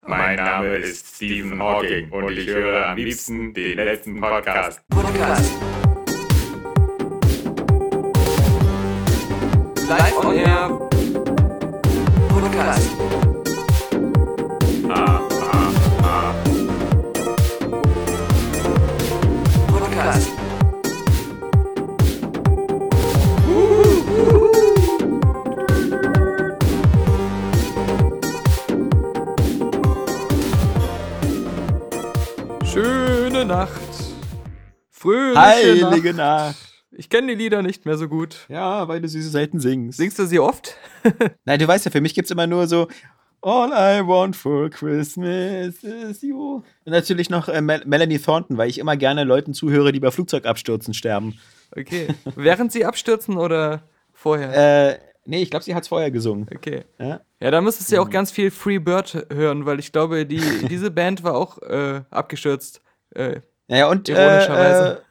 Mein Name ist Stephen Hawking und ich höre am liebsten den letzten Podcast. Live on Air Podcast. Podcast. Schöne Nacht. Fröhliche Heilige Nacht. Ich kenne die Lieder nicht mehr so gut. Ja, weil du sie so selten singst. Singst du sie oft? Nein, du weißt ja, für mich gibt's immer nur so All I want for Christmas is you. Und natürlich noch Melanie Thornton, weil ich immer gerne Leuten zuhöre, die bei Flugzeugabstürzen sterben. Okay. Während sie abstürzen oder vorher? Nee, ich glaube, sie hat's vorher gesungen. Okay. Ja? Ja, da müsstest du ja auch ganz viel Free Bird hören, weil ich glaube, diese Band war auch abgestürzt. Naja, und Ironischerweise.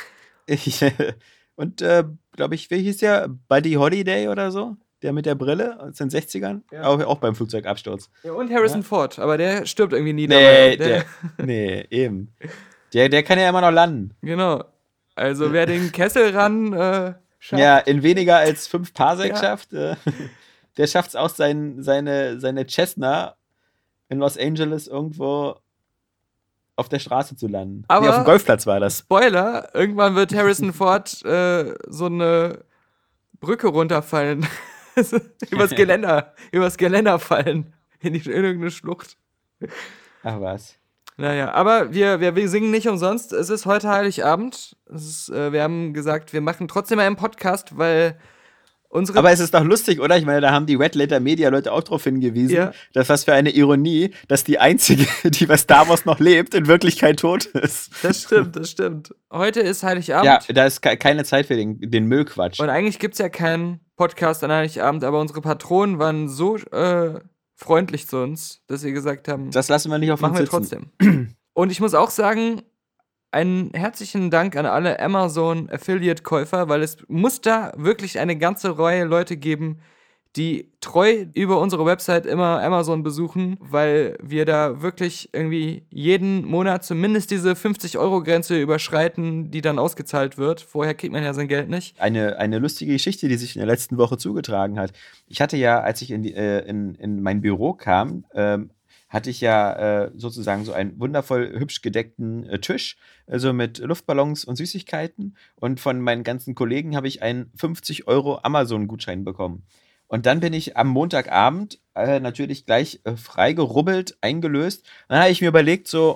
Glaube ich, wie hieß der? Buddy Holiday oder so? Der mit der Brille aus den 60ern? Ja. Auch beim Flugzeugabsturz. Ja, und Harrison Ford, aber der stirbt irgendwie nie Nee, dabei. nee, eben. Der kann ja immer noch landen. Genau. Also wer den Kessel ran schafft. Ja, in weniger als 5 Parsec Ja. schafft. Der schafft es auch, seine Cessna in Los Angeles irgendwo auf der Straße zu landen. Aber- auf dem Golfplatz war das. Spoiler, irgendwann wird Harrison Ford so eine Brücke runterfallen. übers Geländer fallen. In irgendeine Schlucht. Ach was. Naja, aber wir singen nicht umsonst. Es ist heute Heiligabend. Wir haben gesagt, wir machen trotzdem einen Podcast, weil unsere... Aber es ist doch lustig, oder? Ich meine, da haben die Red Letter Media Leute auch drauf hingewiesen, Ja. dass was für eine Ironie, dass die einzige, die bei Star Wars noch lebt, in Wirklichkeit tot ist. Das stimmt. Heute ist Heiligabend. Ja, da ist keine Zeit für den Müllquatsch. Und eigentlich gibt es ja keinen Podcast an Heiligabend, aber unsere Patronen waren so freundlich zu uns, dass sie gesagt haben, Das lassen wir nicht auf machen uns wir sitzen. trotzdem. Und ich muss auch sagen, einen herzlichen Dank an alle Amazon-Affiliate-Käufer, weil es muss da wirklich eine ganze Reihe Leute geben, die treu über unsere Website immer Amazon besuchen, weil wir da wirklich irgendwie jeden Monat zumindest diese 50-Euro-Grenze überschreiten, die dann ausgezahlt wird. Vorher kriegt man ja sein Geld nicht. Eine lustige Geschichte, die sich in der letzten Woche zugetragen hat. Ich hatte ja, als ich in mein Büro kam, hatte ich ja sozusagen so einen wundervoll hübsch gedeckten Tisch, also mit Luftballons und Süßigkeiten. Und von meinen ganzen Kollegen habe ich einen 50 € Amazon-Gutschein bekommen. Und dann bin ich am Montagabend natürlich gleich freigerubbelt, eingelöst. Dann habe ich mir überlegt, so,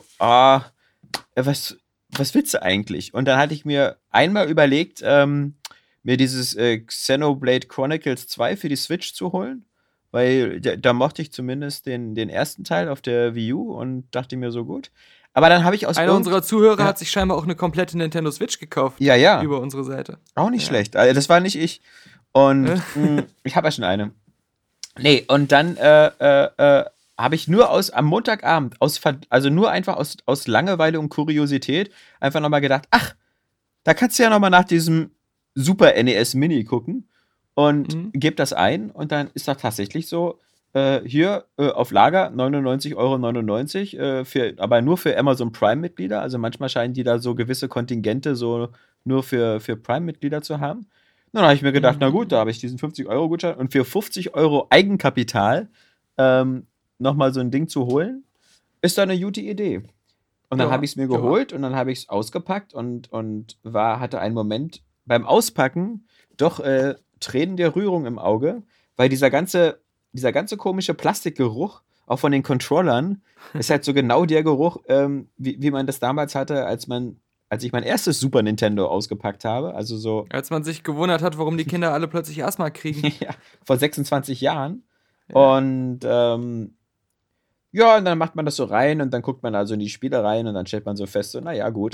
was willst du eigentlich? Und dann hatte ich mir einmal überlegt, mir dieses Xenoblade Chronicles 2 für die Switch zu holen. Weil da mochte ich zumindest den ersten Teil auf der Wii U und dachte mir so, gut. Aber dann habe ich aus Einer unserer Zuhörer Ja. hat sich scheinbar auch eine komplette Nintendo Switch gekauft. Ja. Über unsere Seite. Auch nicht Ja. schlecht. Also das war nicht ich. Und ich habe ja schon eine. Nee, und dann habe ich nur am Montagabend, nur einfach aus Langeweile und Kuriosität, einfach nochmal gedacht, ach, da kannst du ja nochmal nach diesem Super NES Mini gucken und gebe das ein und dann ist das tatsächlich so, hier auf Lager 99,99 €, aber nur für Amazon Prime-Mitglieder. Also manchmal scheinen die da so gewisse Kontingente so nur für Prime-Mitglieder zu haben. Dann habe ich mir gedacht, na gut, da habe ich diesen 50-Euro-Gutschein und für 50 € Eigenkapital nochmal so ein Ding zu holen, ist da eine gute Idee. Und dann Ja, habe ich es mir ja. geholt und dann habe ich es ausgepackt und hatte einen Moment beim Auspacken doch Tränen der Rührung im Auge, weil dieser ganze komische Plastikgeruch, auch von den Controllern, ist halt so genau der Geruch, wie man das damals hatte, als ich mein erstes Super Nintendo ausgepackt habe, also so Als man sich gewundert hat, warum die Kinder alle plötzlich Asthma kriegen. ja, vor 26 Jahren. Ja. Und und dann macht man das so rein und dann guckt man also in die Spiele rein und dann stellt man so fest, so, naja, gut.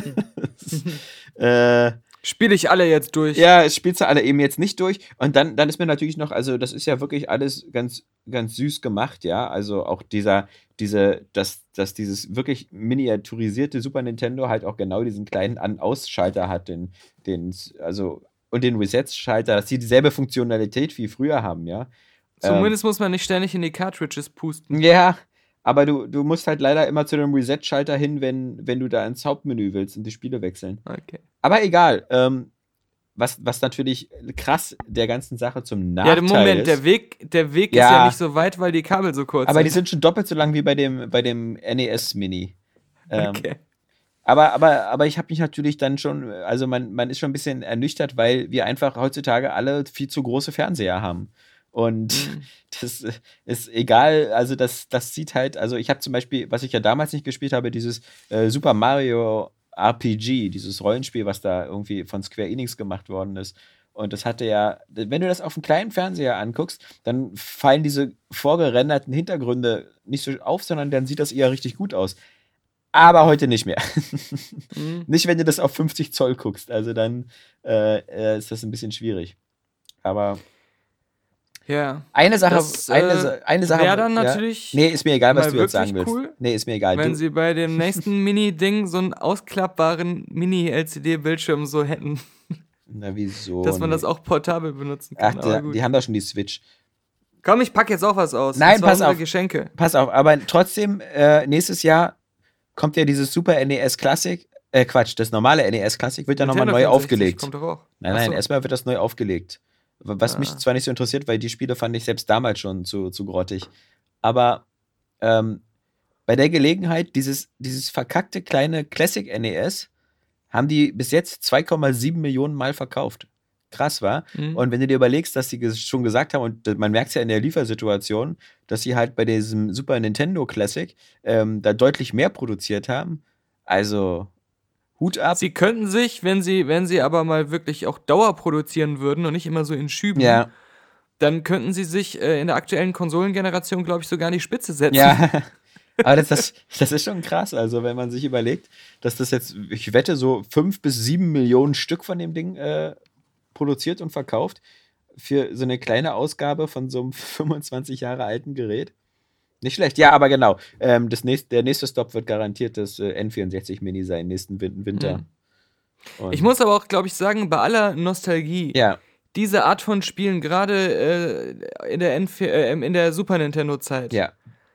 Spiele ich alle jetzt durch. Ja, es spielst du alle eben jetzt nicht durch. Und dann ist mir natürlich noch, also das ist ja wirklich alles ganz, ganz süß gemacht, ja. Also auch dass dieses wirklich miniaturisierte Super Nintendo halt auch genau diesen kleinen An-Aus-Schalter hat, und den Reset-Schalter, dass die dieselbe Funktionalität wie früher haben, ja. Zumindest muss man nicht ständig in die Cartridges pusten. Ja, Aber du musst halt leider immer zu dem Reset-Schalter hin, wenn du da ins Hauptmenü willst und die Spiele wechseln. Okay. Aber egal. Was natürlich krass der ganzen Sache zum Nachteil Moment, ist. der Weg ist Ja. ja nicht so weit, weil die Kabel so kurz Aber die sind. sind schon doppelt so lang wie bei dem NES Mini. Okay. Aber ich habe mich natürlich dann schon, also man ist schon ein bisschen ernüchtert, weil wir einfach heutzutage alle viel zu große Fernseher haben. Und das ist egal, also das sieht halt, also ich habe zum Beispiel, was ich ja damals nicht gespielt habe, dieses Super Mario RPG, dieses Rollenspiel, was da irgendwie von Square Enix gemacht worden ist. Und das hatte ja, wenn du das auf einem kleinen Fernseher anguckst, dann fallen diese vorgerenderten Hintergründe nicht so auf, sondern dann sieht das eher richtig gut aus. Aber heute nicht mehr. Nicht, wenn du das auf 50 Zoll guckst. Also dann ist das ein bisschen schwierig. Aber Ja. eine Sache, Das, eine Sache. wäre dann natürlich Nee, ist mir egal, was mal du jetzt sagen wirklich willst. cool, Nee, ist mir egal. Wenn sie bei dem nächsten Mini-Ding so einen ausklappbaren Mini-LCD-Bildschirm so hätten, Na, wieso? dass man Nee. das auch portabel benutzen kann. Ach, Aber gut. die haben doch schon die Switch. Komm, ich pack jetzt auch was aus. Nein, Und zwar pass unsere auf. Geschenke. Pass auf, aber trotzdem, nächstes Jaw kommt ja dieses Super NES Classic. Quatsch, das normale NES Classic wird ja nochmal Nintendo neu 64 aufgelegt. Kommt doch auch. Nein, Ach so. erstmal wird das neu aufgelegt. Was mich zwar nicht so interessiert, weil die Spiele fand ich selbst damals schon zu grottig. Aber bei der Gelegenheit, dieses verkackte kleine Classic NES haben die bis jetzt 2,7 Millionen Mal verkauft. Krass, war. Und wenn du dir überlegst, dass sie schon gesagt haben, und man merkt es ja in der Liefersituation, dass sie halt bei diesem Super Nintendo Classic da deutlich mehr produziert haben. Also, Hut ab. Sie könnten sich, wenn sie aber mal wirklich auch Dauer produzieren würden und nicht immer so in Schüben, Ja. dann könnten sie sich in der aktuellen Konsolengeneration, glaube ich, sogar an die Spitze setzen. Ja. Aber das ist schon krass. Also, wenn man sich überlegt, dass das jetzt, ich wette, so 5 bis 7 Millionen Stück von dem Ding produziert und verkauft für so eine kleine Ausgabe von so einem 25 Jahre alten Gerät. Nicht schlecht. Ja, aber genau. Der nächste Stop wird garantiert das N64 Mini sein, nächsten Winter. Und Ich muss aber auch, glaube ich, sagen, bei aller Nostalgie, ja, diese Art von Spielen, gerade in der Super Nintendo-Zeit, ja,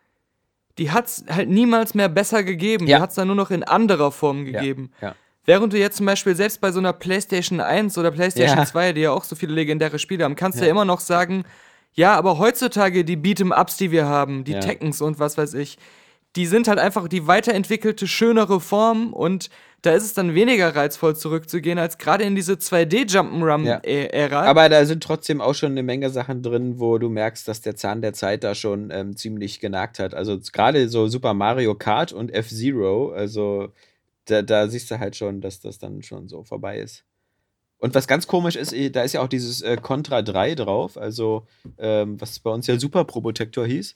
die hat es halt niemals mehr besser gegeben. Ja. Die hat es dann nur noch in anderer Form gegeben. ja. Während du jetzt zum Beispiel selbst bei so einer PlayStation 1 oder PlayStation Ja. 2, die ja auch so viele legendäre Spiele haben, kannst du ja immer noch sagen, ja, aber heutzutage die Beat'em-Ups, die wir haben, die Ja. Tekkens und was weiß ich, die sind halt einfach die weiterentwickelte, schönere Form und da ist es dann weniger reizvoll zurückzugehen, als gerade in diese 2D-Jump'n'Run-Ära. Aber da sind trotzdem auch schon eine Menge Sachen drin, wo du merkst, dass der Zahn der Zeit da schon ziemlich genagt hat. Also gerade so Super Mario Kart und F-Zero, also da siehst du halt schon, dass das dann schon so vorbei ist. Und was ganz komisch ist, da ist ja auch dieses Contra 3 drauf, also was bei uns ja Super Probotector hieß.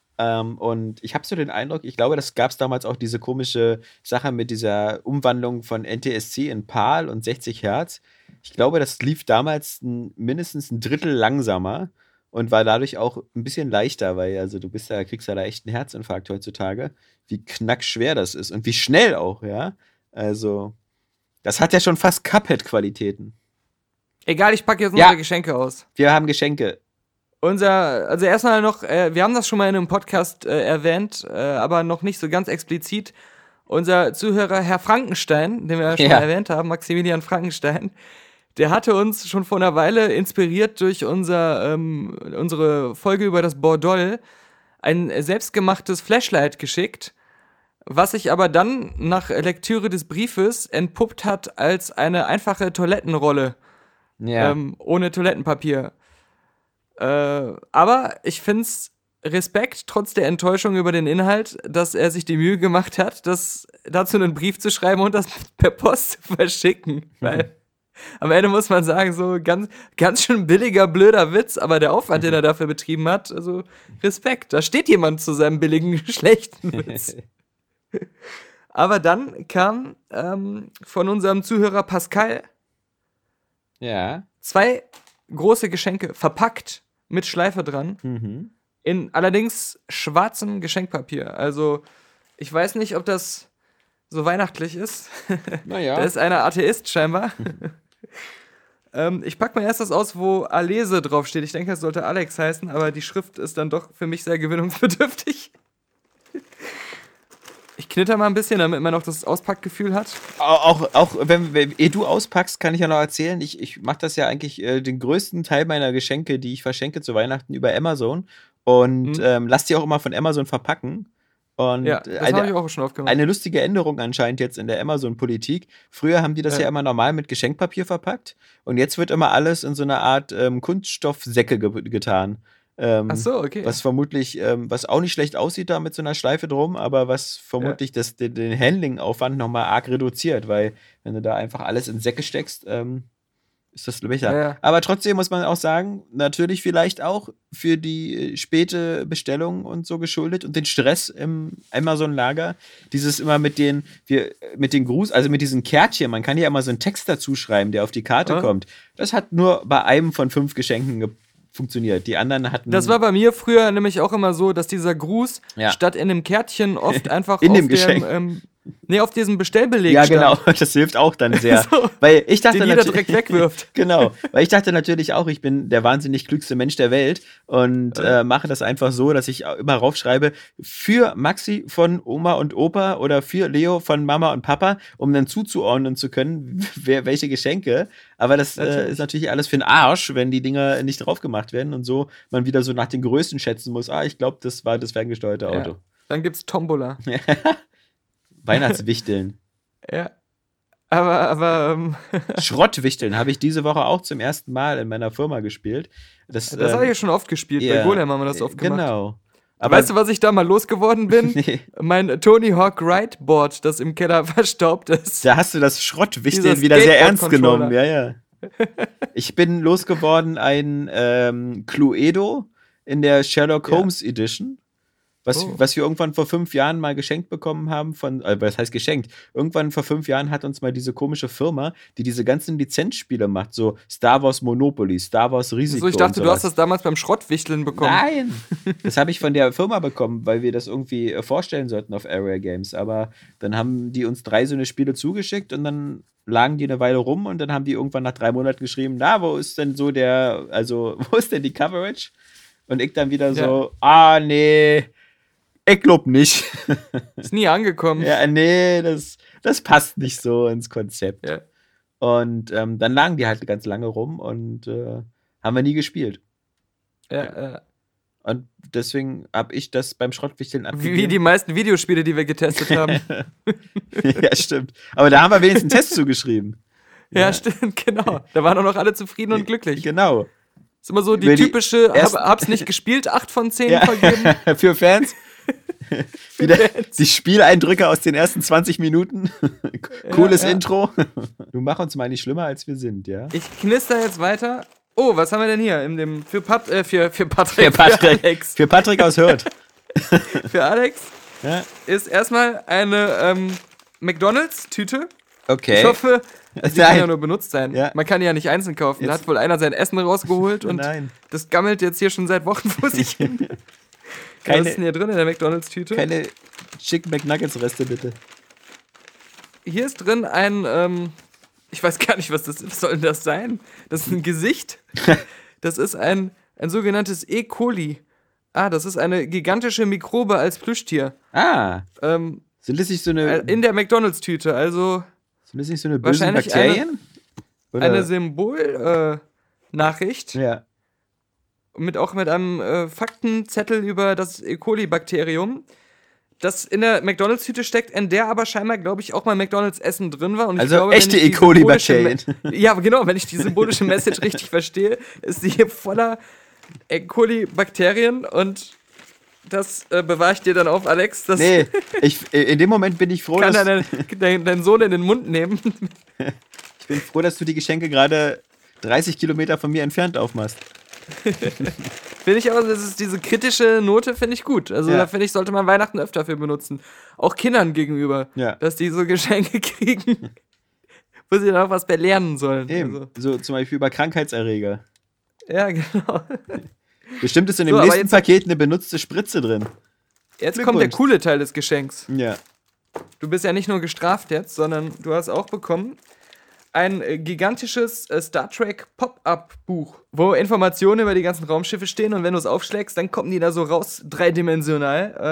Und ich habe so den Eindruck, ich glaube, das gab es damals auch diese komische Sache mit dieser Umwandlung von NTSC in PAL und 60 Hertz. Ich glaube, das lief damals mindestens ein Drittel langsamer und war dadurch auch ein bisschen leichter, weil also kriegst ja da echt einen Herzinfarkt heutzutage, wie knackschwer das ist und wie schnell auch, ja. Also, das hat ja schon fast Cuphead-Qualitäten. Egal, ich packe jetzt Ja. unsere Geschenke aus. Wir haben Geschenke. Also erstmal noch, wir haben das schon mal in einem Podcast erwähnt, aber noch nicht so ganz explizit. Unser Zuhörer Herr Frankenstein, den wir ja schon Ja. mal erwähnt haben, Maximilian Frankenstein, der hatte uns schon vor einer Weile inspiriert durch unsere Folge über das Bordell ein selbstgemachtes Flashlight geschickt, was sich aber dann nach Lektüre des Briefes entpuppt hat als eine einfache Toilettenrolle Ja. ohne Toilettenpapier. Aber ich find's Respekt, trotz der Enttäuschung über den Inhalt, dass er sich die Mühe gemacht hat, dazu einen Brief zu schreiben und das per Post zu verschicken. Weil am Ende muss man sagen, so ganz schön billiger, blöder Witz, aber der Aufwand, den er dafür betrieben hat, also Respekt. Da steht jemand zu seinem billigen, schlechten Witz. Aber dann kam von unserem Zuhörer Pascal Ja. 2 große Geschenke, verpackt mit Schleife dran, Mhm. in allerdings schwarzem Geschenkpapier. Also, ich weiß nicht, ob das so weihnachtlich ist. Naja. Da ist einer Atheist scheinbar. Ich pack mal erst das aus, wo Alese draufsteht. Ich denke, es sollte Alex heißen, aber die Schrift ist dann doch für mich sehr gewinnungsbedürftig. knitter mal ein bisschen, damit man noch das Auspackgefühl hat. Auch wenn ehe du auspackst, kann ich ja noch erzählen, ich mache das ja eigentlich den größten Teil meiner Geschenke, die ich verschenke zu Weihnachten über Amazon und lass die auch immer von Amazon verpacken. Und Ja, das habe ich auch schon oft gemacht. eine lustige Änderung anscheinend jetzt in der Amazon-Politik. Früher haben die das ja immer normal mit Geschenkpapier verpackt und jetzt wird immer alles in so eine Art Kunststoffsäcke getan. Ach so, okay. Was vermutlich, was auch nicht schlecht aussieht da mit so einer Schleife drum, aber was vermutlich den Handling-Aufwand nochmal arg reduziert, weil wenn du da einfach alles in Säcke steckst, ist das besser. Ja. Aber trotzdem muss man auch sagen, natürlich vielleicht auch für die späte Bestellung und so geschuldet und den Stress im Amazon-Lager, dieses immer mit den Gruß, also mit diesen Kärtchen, man kann ja immer so einen Text dazu schreiben, der auf die Karte kommt. Das hat nur bei einem von 5 Geschenken funktioniert. Die anderen hatten... Das war bei mir früher nämlich auch immer so, dass dieser Gruß statt in dem Kärtchen oft einfach in auf dem Geschenk. auf diesem Bestellbeleg Ja, stand. genau, das hilft auch dann sehr. So, weil ich dachte den jeder direkt wegwirft. Genau, weil ich dachte natürlich auch, ich bin der wahnsinnig klügste Mensch der Welt und mache das einfach so, dass ich immer raufschreibe, für Maxi von Oma und Opa oder für Leo von Mama und Papa, um dann zuzuordnen zu können, welche Geschenke. Aber das ist natürlich alles für den Arsch, wenn die Dinger nicht drauf gemacht werden und so man wieder so nach den Größen schätzen muss. Ich glaube, das war das ferngesteuerte Auto. Ja. Dann gibt's Tombola. Weihnachtswichteln. Ja. Aber Schrottwichteln habe ich diese Woche auch zum ersten Mal in meiner Firma gespielt. Das habe ich ja schon oft gespielt. Bei Golem haben wir das oft gemacht. Genau. Aber weißt du, was ich da mal losgeworden bin? Nee. Mein Tony Hawk Ride Board, das im Keller verstaubt ist. Da hast du das Schrottwichteln Dieser wieder sehr ernst Skateboard-Controller. genommen. Ja. Ich bin losgeworden ein Cluedo in der Sherlock Holmes Edition. Was wir irgendwann vor 5 Jahren mal geschenkt bekommen haben was heißt geschenkt? Irgendwann vor 5 Jahren hat uns mal diese komische Firma, die diese ganzen Lizenzspiele macht, so Star Wars Monopoly, Star Wars Risiko. So, ich dachte, und du hast sowas. das damals beim Schrottwichteln bekommen. Nein! Das habe ich von der Firma bekommen, weil wir das irgendwie vorstellen sollten auf Area Games. Aber dann haben die uns 3 so eine Spiele zugeschickt und dann lagen die eine Weile rum und dann haben die irgendwann nach 3 Monaten geschrieben, wo ist denn wo ist denn die Coverage? Und ich dann wieder so, nee, ich glaub nicht. Ist nie angekommen. Ja, nee, das passt nicht so ins Konzept. Ja. Und dann lagen die halt ganz lange rum und haben wir nie gespielt. Ja. Und deswegen habe ich das beim Schrottwichteln abgegeben. Wie die meisten Videospiele, die wir getestet haben. Ja, stimmt. Aber da haben wir wenigstens einen Test zugeschrieben. Ja, stimmt, genau. Da waren auch noch alle zufrieden und glücklich. Genau. Ist immer so die Über die typische, ersten- hab's nicht gespielt, 8 von 10 vergeben. Für Fans. Wieder die Spieleindrücke aus den ersten 20 Minuten. Cooles Intro. Du mach uns mal nicht schlimmer, als wir sind, ja? Ich knister jetzt weiter. Oh, was haben wir denn hier? Für Patrick. Für Patrick aus Hürth. Für Alex Ja. ist erstmal eine McDonalds-Tüte. Okay. Ich hoffe, die kann ja nur benutzt sein. Ja. Man kann die ja nicht einzeln kaufen. Da Jetzt- hat wohl einer sein Essen rausgeholt und Nein. das gammelt jetzt hier schon seit Wochen vor sich hin. Was ist denn hier drin in der McDonalds-Tüte? Keine Chicken McNuggets-Reste, bitte. Hier ist drin ein, ich weiß gar nicht, was soll denn das sein? Das ist ein Gesicht. Das ist ein sogenanntes E. coli. Das ist eine gigantische Mikrobe als Plüschtier. Sind das nicht so eine In der McDonalds-Tüte, also bösen wahrscheinlich Bakterien? eine Symbolnachricht. Ja. Auch mit einem Faktenzettel über das E. coli-Bakterium, das in der McDonalds-Tüte steckt, in der aber scheinbar, glaube ich, auch mal McDonalds-Essen drin war. Und Also ich glaube, echte wenn ich E. die coli-Bakterien. Ja, genau, wenn ich die symbolische Message richtig verstehe, ist sie hier voller E. coli-Bakterien und das bewahre ich dir dann auf, Alex. Das Nee, in dem Moment bin ich froh, kann dass, dein Sohn in den Mund nehmen. ich bin froh, dass du die Geschenke gerade 30 Kilometer von mir entfernt aufmachst. Finde ich aber, das ist diese kritische Note, finde ich gut. Also Ja. da finde ich, sollte man Weihnachten öfter für benutzen. Auch Kindern gegenüber. Ja. Dass die so Geschenke kriegen, wo sie dann auch was lernen sollen. Eben. Also, So zum Beispiel über Krankheitserreger. ja, genau. Bestimmt ist in dem So, aber nächsten jetzt- Paket eine benutzte Spritze drin. Jetzt kommt der Glückwunsch. coole Teil des Geschenks. Ja. Du bist ja nicht nur gestraft jetzt, sondern du hast auch bekommen ein gigantisches Star Trek Pop-Up-Buch, wo Informationen über die ganzen Raumschiffe stehen und wenn du es aufschlägst, dann kommen die da so raus, dreidimensional.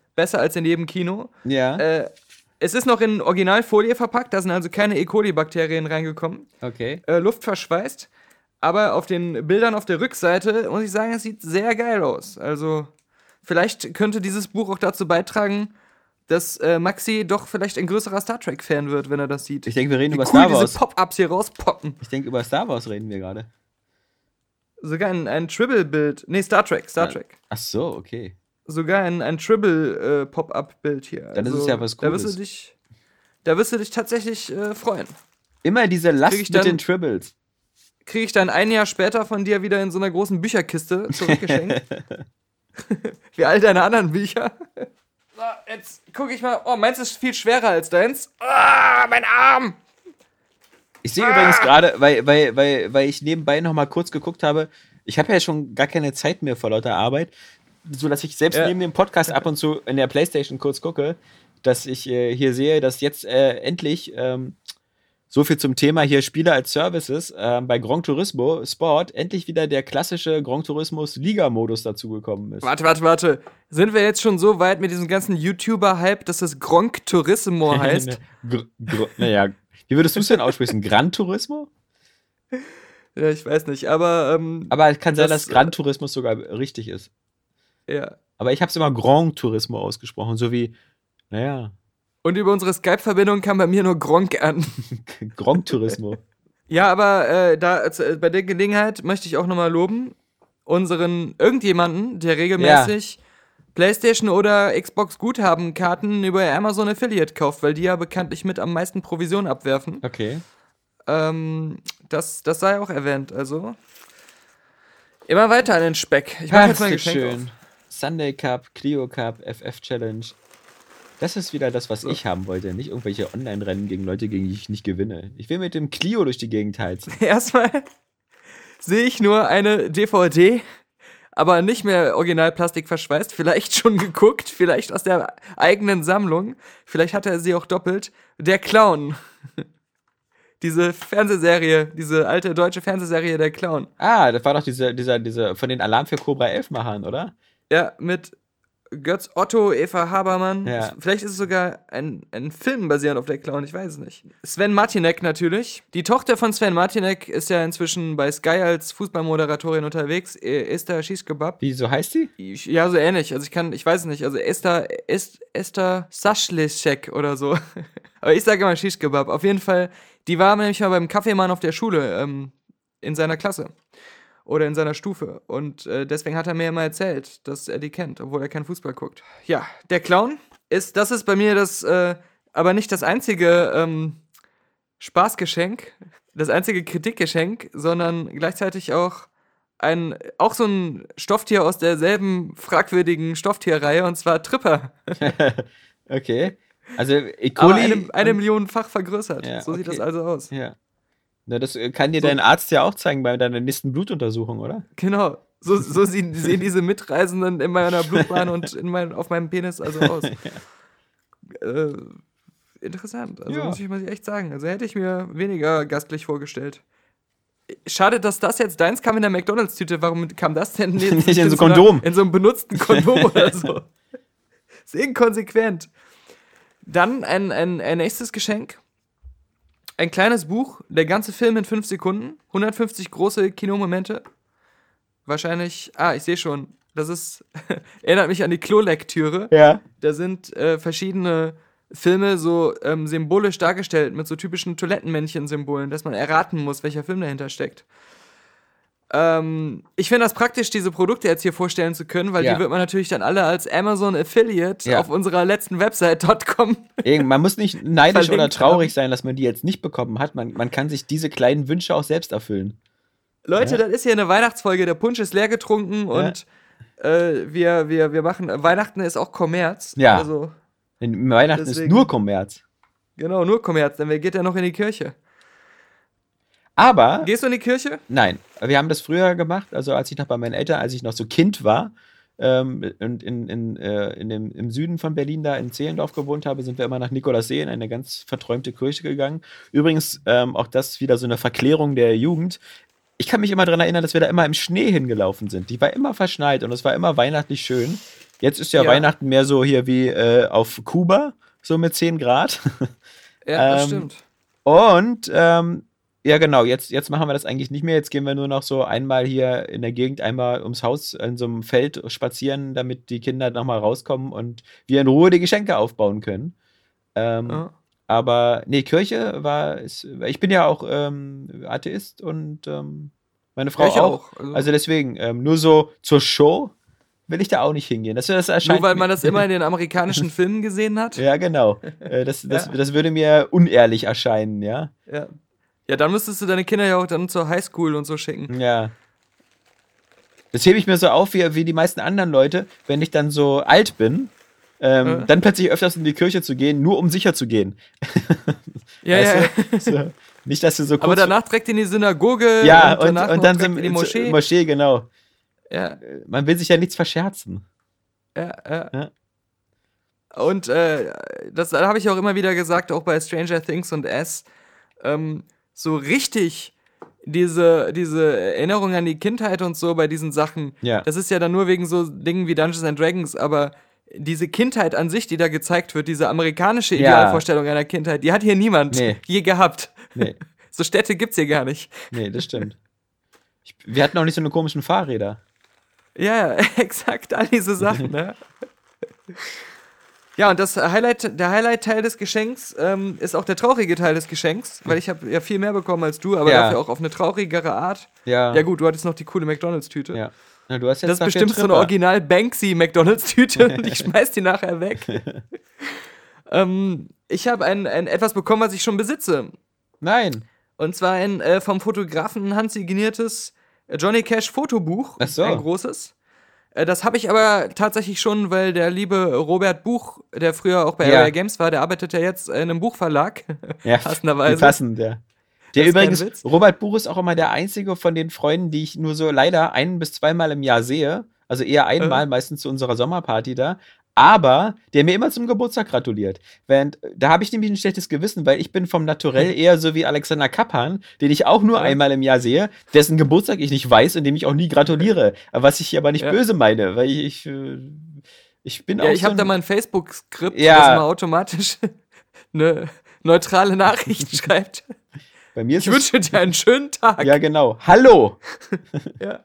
besser als in jedem Kino. Ja. Es ist noch in Originalfolie verpackt, da sind also keine E. coli-Bakterien reingekommen. Okay. Luftverschweißt. Aber auf den Bildern auf der Rückseite, muss ich sagen, es sieht sehr geil aus. Also, vielleicht könnte dieses Buch auch dazu beitragen, dass Maxi doch vielleicht ein größerer Star Trek-Fan wird, wenn er das sieht. Ich denke, wir reden Wie über cool Star Wars. diese Pop-Ups hier rauspoppen. Ich denke, über Star Wars reden wir gerade. Sogar ein Tribble-Bild. Nee, Star Trek. Ach so, okay. Sogar ein Tribble-Pop-Up-Bild hier. Dann ist es ja was Cooles. Da wirst du dich tatsächlich freuen. Immer diese Last Krieg ich mit dann- den Tribbles. Kriege ich dann ein Jahr später von dir wieder in so einer großen Bücherkiste zurückgeschenkt. Wie all deine anderen Bücher. So, jetzt gucke ich mal. Oh, meins ist viel schwerer als deins. Ah, mein Arm! Ich sehe übrigens gerade, weil ich nebenbei noch mal kurz geguckt habe, ich habe ja schon gar keine Zeit mehr vor lauter Arbeit, so dass ich selbst neben dem Podcast ab und zu in der Playstation kurz gucke, dass ich hier sehe, dass jetzt endlich so viel zum Thema hier Spiele als Services bei Gran Turismo Sport endlich wieder der klassische Gran Turismos Liga-Modus dazugekommen ist. Warte. Sind wir jetzt schon so weit mit diesem ganzen YouTuber-Hype, dass es Gronk Turismo heißt? Naja, wie würdest du es denn aussprechen? Gran Turismo? Ja, ich weiß nicht, aber Aber es kann sein, Das, dass Gran Turismo sogar richtig ist. ja. Aber ich habe es immer Gran Turismo ausgesprochen, so wie, naja, Und über unsere Skype-Verbindung kam bei mir nur Gronk an. Gran Turismo. Ja, aber bei der Gelegenheit möchte ich auch nochmal loben, unseren irgendjemanden, der regelmäßig PlayStation oder Xbox Guthabenkarten über Amazon Affiliate kauft, weil die ja bekanntlich mit am meisten Provision abwerfen. Okay. Das sei auch erwähnt, also immer weiter an den Speck. Ich mache jetzt mein Geschenk auf. Sunday Cup, Clio Cup, FF Challenge. Das ist wieder das, was ich haben wollte. Nicht irgendwelche Online-Rennen gegen Leute, gegen die ich nicht gewinne. Ich will mit dem Clio durch die Gegend heizen. Erstmal sehe ich nur eine DVD, aber nicht mehr Originalplastik verschweißt. Vielleicht schon geguckt, vielleicht aus der eigenen Sammlung. Vielleicht hat er sie auch doppelt. Der Clown. Diese Fernsehserie, diese alte deutsche Fernsehserie Der Clown. Ah, das war doch diese von den Alarm für Cobra 11 Machern, oder? Ja, mit Götz Otto, Eva Habermann. Ja. Vielleicht ist es sogar ein Film basierend auf Der Clown, ich weiß es nicht. Sven Martinek natürlich. Die Tochter von Sven Martinek ist ja inzwischen bei Sky als Fußballmoderatorin unterwegs. Esther Shish-Kebab. Wie, so heißt die? Ja, so ähnlich. Also ich weiß es nicht. Also Esther Saschlischek oder so. Aber ich sage immer Shish-Kebab. Auf jeden Fall, die war nämlich mal beim Kaffeemann auf der Schule, in seiner Klasse. Oder in seiner Stufe. Und deswegen hat er mir immer erzählt, dass er die kennt, obwohl er keinen Fußball guckt. Ja, der Clown das ist bei mir das, aber nicht das einzige Spaßgeschenk, das einzige Kritikgeschenk, sondern gleichzeitig auch so ein Stofftier aus derselben fragwürdigen Stofftierreihe, und zwar Tripper. Okay. Also, E. Aber coli. eine Millionenfach vergrößert. Ja, So sieht okay. das also aus. Ja. Na, das kann dir dein Arzt ja auch zeigen bei deiner nächsten Blutuntersuchung, oder? Genau. So sehen diese Mitreisenden in meiner Blutbahn und auf meinem Penis also aus. Interessant. Also Ja. muss ich mal echt sagen. Also hätte ich mir weniger gastlich vorgestellt. Schade, dass das jetzt deins kam in der McDonalds-Tüte. Warum kam das denn Nicht in so Kondom. In so einem benutzten Kondom oder so. Ist inkonsequent. Dann ein nächstes Geschenk. Ein kleines Buch, der ganze Film in 5 Sekunden. 150 große Kinomomente. Wahrscheinlich, ich sehe schon. Das ist, erinnert mich an die Klolektüre. Ja. Da sind verschiedene Filme so symbolisch dargestellt mit so typischen Toilettenmännchen-Symbolen, dass man erraten muss, welcher Film dahinter steckt. Ich finde das praktisch, diese Produkte jetzt hier vorstellen zu können, weil Ja. die wird man natürlich dann alle als Amazon Affiliate auf unserer letzten Website.com. Man muss nicht neidisch oder Verlinkt traurig sein, dass man die jetzt nicht bekommen hat. Man kann sich diese kleinen Wünsche auch selbst erfüllen. Leute, Ja. das ist hier eine Weihnachtsfolge, der Punsch ist leer getrunken und wir machen, Weihnachten ist auch Kommerz. Ja. Also, Denn Weihnachten ist Deswegen- nur Kommerz. genau, nur Kommerz, denn wer geht ja noch in die Kirche? Aber, Gehst du in die Kirche? nein, wir haben das früher gemacht, also als ich noch bei meinen Eltern, als ich noch so Kind war und im Süden von Berlin da in Zehlendorf gewohnt habe, sind wir immer nach Nikolassee in eine ganz verträumte Kirche gegangen. Übrigens, auch das wieder so eine Verklärung der Jugend. Ich kann mich immer daran erinnern, dass wir da immer im Schnee hingelaufen sind. Die war immer verschneit und es war immer weihnachtlich schön. Jetzt ist ja Ja. Weihnachten mehr so hier wie auf Kuba, so mit 10 Grad. Ja, das Ähm, stimmt. Und ja, genau, jetzt machen wir das eigentlich nicht mehr. Jetzt gehen wir nur noch so einmal hier in der Gegend, einmal ums Haus in so einem Feld spazieren, damit die Kinder nochmal rauskommen und wir in Ruhe die Geschenke aufbauen können. Ähm, Ja. aber nee, Kirche ich bin ja auch Atheist und meine Frau Ja, ich auch. auch. Also deswegen, nur so zur Show will ich da auch nicht hingehen. Das Nur erscheint weil mir, man das immer in den amerikanischen Filmen gesehen hat? ja, genau. Das würde mir unehrlich erscheinen, ja. Ja. Ja, dann müsstest du deine Kinder ja auch dann zur Highschool und so schicken. Ja. Das hebe ich mir so auf wie die meisten anderen Leute, wenn ich dann so alt bin, dann plötzlich öfters in die Kirche zu gehen, nur um sicher zu gehen. Ja, Weißt ja. du? So, nicht, dass du so kurz. Aber danach direkt in die Synagoge ja, und danach und noch dann direkt in die Moschee. Moschee, genau. Ja, Man will sich ja nichts verscherzen. ja. Ja. Und das habe ich auch immer wieder gesagt, auch bei Stranger Things und S, so richtig diese Erinnerung an die Kindheit und so bei diesen Sachen, Ja. das ist ja dann nur wegen so Dingen wie Dungeons and Dragons, aber diese Kindheit an sich, die da gezeigt wird, diese amerikanische Ja. Idealvorstellung einer Kindheit, die hat hier niemand Nee. je gehabt. Nee, So Städte gibt's hier gar nicht. nee, das stimmt. Wir hatten auch nicht so eine komischen Fahrräder. Ja, exakt, all diese Sachen, ne? Ja, und der Highlight-Teil des Geschenks ist auch der traurige Teil des Geschenks, weil ich habe ja viel mehr bekommen als du, aber Ja. dafür auch auf eine traurigere Art. Ja. Ja gut, du hattest noch die coole McDonalds-Tüte. Ja. Na, du hast jetzt Das ist dafür bestimmt so eine Tripper. original Banksy-McDonalds-Tüte und ich schmeiß die nachher weg. Ich habe ein etwas bekommen, was ich schon besitze. Nein. Und zwar ein vom Fotografen handsigniertes Johnny Cash Fotobuch. Ach so. Ein großes. Das habe ich aber tatsächlich schon, weil der liebe Robert Buch, der früher auch bei Ja. Area Games war, der arbeitet ja jetzt in einem Buchverlag. Ja, Passenderweise. passend, ja. Der Das ist kein übrigens, Witz. Robert Buch ist auch immer der einzige von den Freunden, die ich nur so leider 1- bis 2-mal im Jahr sehe. Also eher einmal, meistens zu unserer Sommerparty da. Aber der mir immer zum Geburtstag gratuliert. Da habe ich nämlich ein schlechtes Gewissen, weil ich bin vom Naturell eher so wie Alexander Kappan, den ich auch nur einmal im Jahr sehe, dessen Geburtstag ich nicht weiß und dem ich auch nie gratuliere. Was ich aber nicht Ja. böse meine, weil ich bin Ja, auch ich so habe da ein- mal ein Facebook-Skript, Ja. das immer automatisch eine neutrale Nachricht schreibt. bei mir ist Ich wünsche dir einen schönen Tag. ja, genau. Hallo, Ja.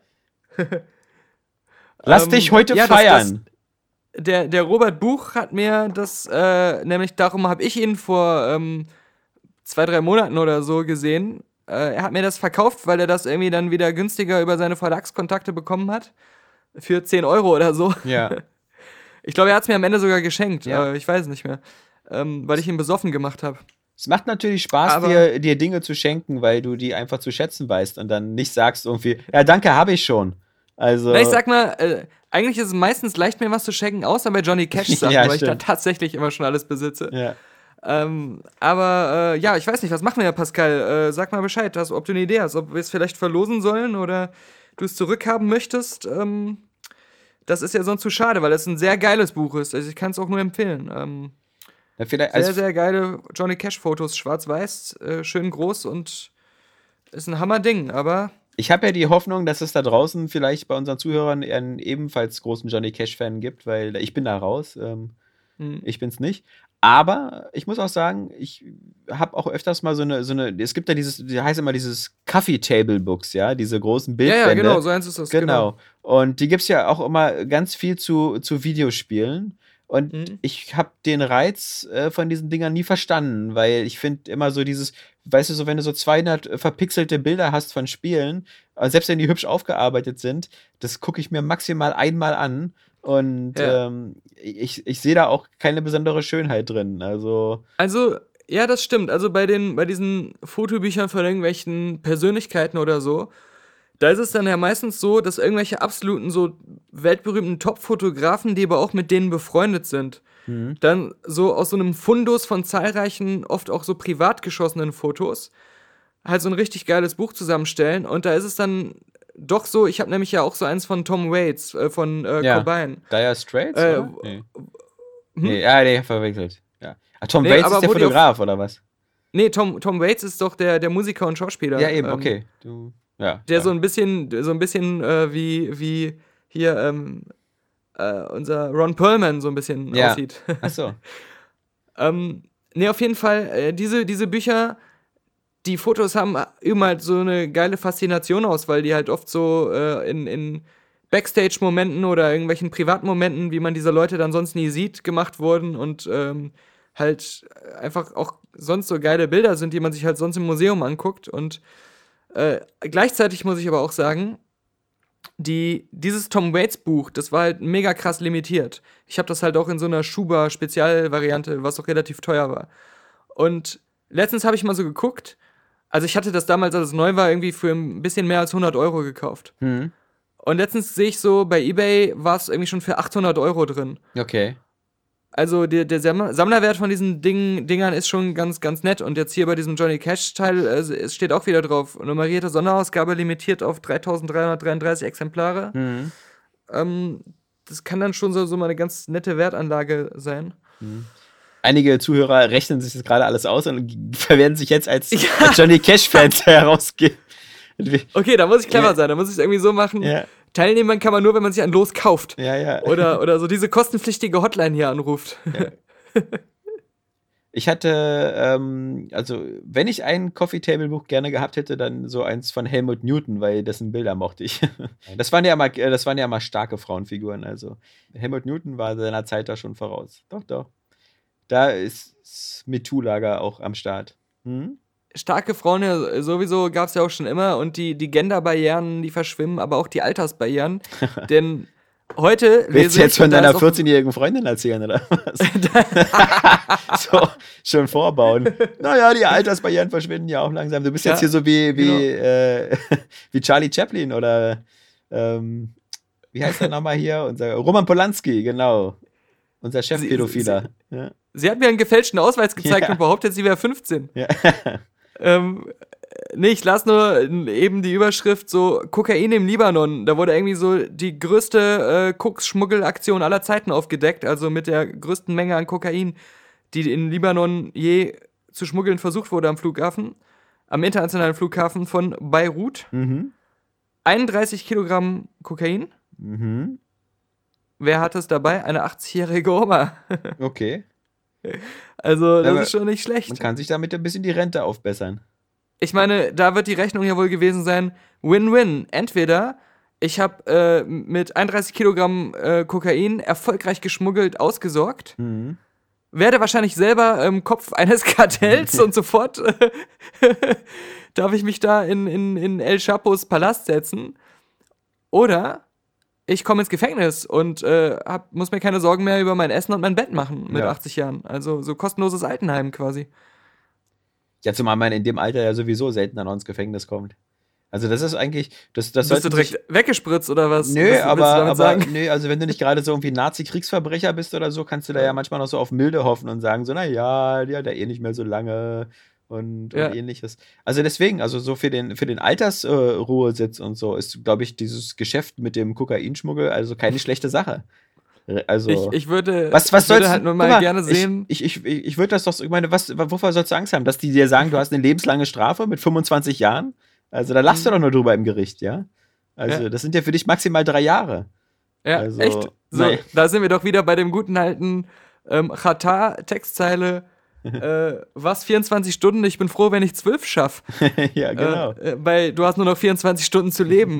lass dich heute ja, feiern. Der Robert Buch hat mir das, nämlich darum habe ich ihn vor 2-3 Monaten oder so gesehen. Er hat mir das verkauft, weil er das irgendwie dann wieder günstiger über seine Verlagskontakte bekommen hat. Für 10 Euro oder so. Ja. Ich glaube, er hat es mir am Ende sogar geschenkt. Ja. Ich weiß es nicht mehr. Weil ich ihn besoffen gemacht habe. Es macht natürlich Spaß, Aber- dir Dinge zu schenken, weil du die einfach zu schätzen weißt und dann nicht sagst irgendwie, ja, danke, habe ich schon. Also, Na, ich sag mal, eigentlich ist es meistens leicht, mir was zu schenken, außer bei Johnny Cash-Sachen, Ja, weil ich da stimmt. tatsächlich immer schon alles besitze. ja. Aber ja, ich weiß nicht, was machen wir, Pascal? Sag mal Bescheid, ob du eine Idee hast, ob wir es vielleicht verlosen sollen oder du es zurückhaben möchtest. Das ist ja sonst zu schade, weil es ein sehr geiles Buch ist. Also ich kann es auch nur empfehlen. Ja, vielleicht, Sehr, also, sehr geile Johnny Cash-Fotos, schwarz-weiß, schön groß und ist ein Hammerding, aber ich habe ja die Hoffnung, dass es da draußen vielleicht bei unseren Zuhörern einen ebenfalls großen Johnny Cash-Fan gibt, weil ich bin da raus. Ich bin's nicht. Aber ich muss auch sagen, ich habe auch öfters mal so eine, es gibt ja die heißt immer dieses Coffee Table Books, ja, diese großen Bildbände. ja, genau, so eins ist das. Genau. Und die gibt es ja auch immer ganz viel zu Videospielen. Und Mhm. ich habe den Reiz von diesen Dingern nie verstanden, weil ich finde immer so dieses, weißt du, so wenn du so 200 verpixelte Bilder hast von Spielen, selbst wenn die hübsch aufgearbeitet sind, das gucke ich mir maximal einmal an. Und Ja. ich sehe da auch keine besondere Schönheit drin. Also, Also, ja, das stimmt. Also bei diesen Fotobüchern von irgendwelchen Persönlichkeiten oder so, da ist es dann ja meistens so, dass irgendwelche absoluten so weltberühmten Top-Fotografen, die aber auch mit denen befreundet sind, dann so aus so einem Fundus von zahlreichen, oft auch so privat geschossenen Fotos, halt so ein richtig geiles Buch zusammenstellen. Und da ist es dann doch so, ich habe nämlich ja auch so eins von Tom Waits, von Ja. Cobain. Dire Straits? Äh, oder? Nee, nee, verwechselt. Ja. Tom Nee, Waits aber ist der wo die auf- Fotograf, oder was? Nee, Tom Waits ist doch der Musiker und Schauspieler. Ja, eben, okay. Ja, Der ja. so ein bisschen wie hier, unser Ron Perlman so ein bisschen Ja. aussieht. Ach so. Nee, auf jeden Fall, diese Bücher, die Fotos üben halt so eine geile Faszination aus, weil die halt oft so in Backstage-Momenten oder irgendwelchen Privatmomenten, wie man diese Leute dann sonst nie sieht, gemacht wurden und halt einfach auch sonst so geile Bilder sind, die man sich halt sonst im Museum anguckt. Und gleichzeitig muss ich aber auch sagen, dieses Tom Waits Buch, das war halt mega krass limitiert. Ich habe das halt auch in so einer Schuber-Spezialvariante, was auch relativ teuer war. Und letztens habe ich mal so geguckt, also ich hatte das damals, als es neu war, irgendwie für ein bisschen mehr als 100 Euro gekauft. Hm. Und letztens sehe ich so, bei eBay war es irgendwie schon für 800 Euro drin. Okay. Also der Sammlerwert von diesen Dingern ist schon ganz, ganz nett. Und jetzt hier bei diesem Johnny Cash-Teil, es steht auch wieder drauf, nummerierte Sonderausgabe limitiert auf 3.333 Exemplare. Das kann dann schon so mal eine ganz nette Wertanlage sein. Einige Zuhörer rechnen sich das gerade alles aus und werden sich jetzt als Johnny Cash-Fans herausgeben. Okay, da muss ich clever Ja. sein. Da muss ich es irgendwie so machen. Ja. Teilnehmen kann man nur, wenn man sich ein Los kauft. Ja. Oder so diese kostenpflichtige Hotline hier anruft. Ich hatte, also wenn ich ein Coffee-Table-Buch gerne gehabt hätte, dann so eins von Helmut Newton, weil dessen Bilder mochte ich. Das waren ja mal starke Frauenfiguren. Also Helmut Newton war seiner Zeit da schon voraus. Doch. Da ist das MeToo-Lager auch am Start. Starke Frauen ja, sowieso gab es ja auch schon immer. Und die Gender-Barrieren, die verschwimmen, aber auch die Altersbarrieren. Denn heute Willst du jetzt von da deiner ist auch- 14-jährigen Freundin erzählen, oder was? So, schon vorbauen. Naja, die Altersbarrieren verschwinden ja auch langsam. Du bist jetzt hier so wie Charlie Chaplin oder wie heißt der nochmal hier? Unser Roman Polanski, genau. Unser Chefpädophiler. Ja. Sie hat mir einen gefälschten Ausweis gezeigt Ja. und behauptet, sie wäre 15. Ja. Nee, ich las nur eben die Überschrift so Kokain im Libanon. Da wurde irgendwie so die größte Koks-Schmuggelaktion aller Zeiten aufgedeckt, also mit der größten Menge an Kokain, die in Libanon je zu schmuggeln versucht wurde am internationalen Flughafen von Beirut. 31 Kilogramm Kokain. Wer hat es dabei? Eine 80-jährige Oma. Okay. Also, das Aber ist schon nicht schlecht. Man kann sich damit ein bisschen die Rente aufbessern. Ich meine, da wird die Rechnung ja wohl gewesen sein, Win-Win. Entweder ich habe mit 31 Kilogramm Kokain erfolgreich geschmuggelt, ausgesorgt, werde wahrscheinlich selber Kopf eines Kartells und sofort darf ich mich da in El Chapos Palast setzen. Oder ich komme ins Gefängnis und muss mir keine Sorgen mehr über mein Essen und mein Bett machen mit Ja. 80 Jahren. Also so kostenloses Altenheim quasi. Ja, zumal man in dem Alter ja sowieso seltener noch ins Gefängnis kommt. Also das ist eigentlich, das Bist du sollte direkt weggespritzt oder was? Nö, Was willst du aber damit sagen? nö, also wenn du nicht gerade so irgendwie Nazi-Kriegsverbrecher bist oder so, kannst du da ja manchmal noch so auf Milde hoffen und sagen so, naja, die hat ja eh nicht mehr so lange und Ja. ähnliches. Also deswegen, also so für den Altersruhesitz und so ist, glaube ich, dieses Geschäft mit dem Kokainschmuggel also keine schlechte Sache. Also Ich würde, was ich würde soll's, halt nur guck mal gerne sehen. Ich würde das doch, ich meine, wovor sollst du Angst haben? Dass die dir sagen, du hast eine lebenslange Strafe mit 25 Jahren? Also da lachst du doch nur drüber im Gericht, ja? Also Ja. das sind ja für dich maximal 3 Jahre. Ja, also, echt. So, nein. da sind wir doch wieder bei dem guten alten Chata-Textzeile. Was, 24 Stunden? Ich bin froh, wenn ich 12 schaffe. Ja, genau. Du hast nur noch 24 Stunden zu leben.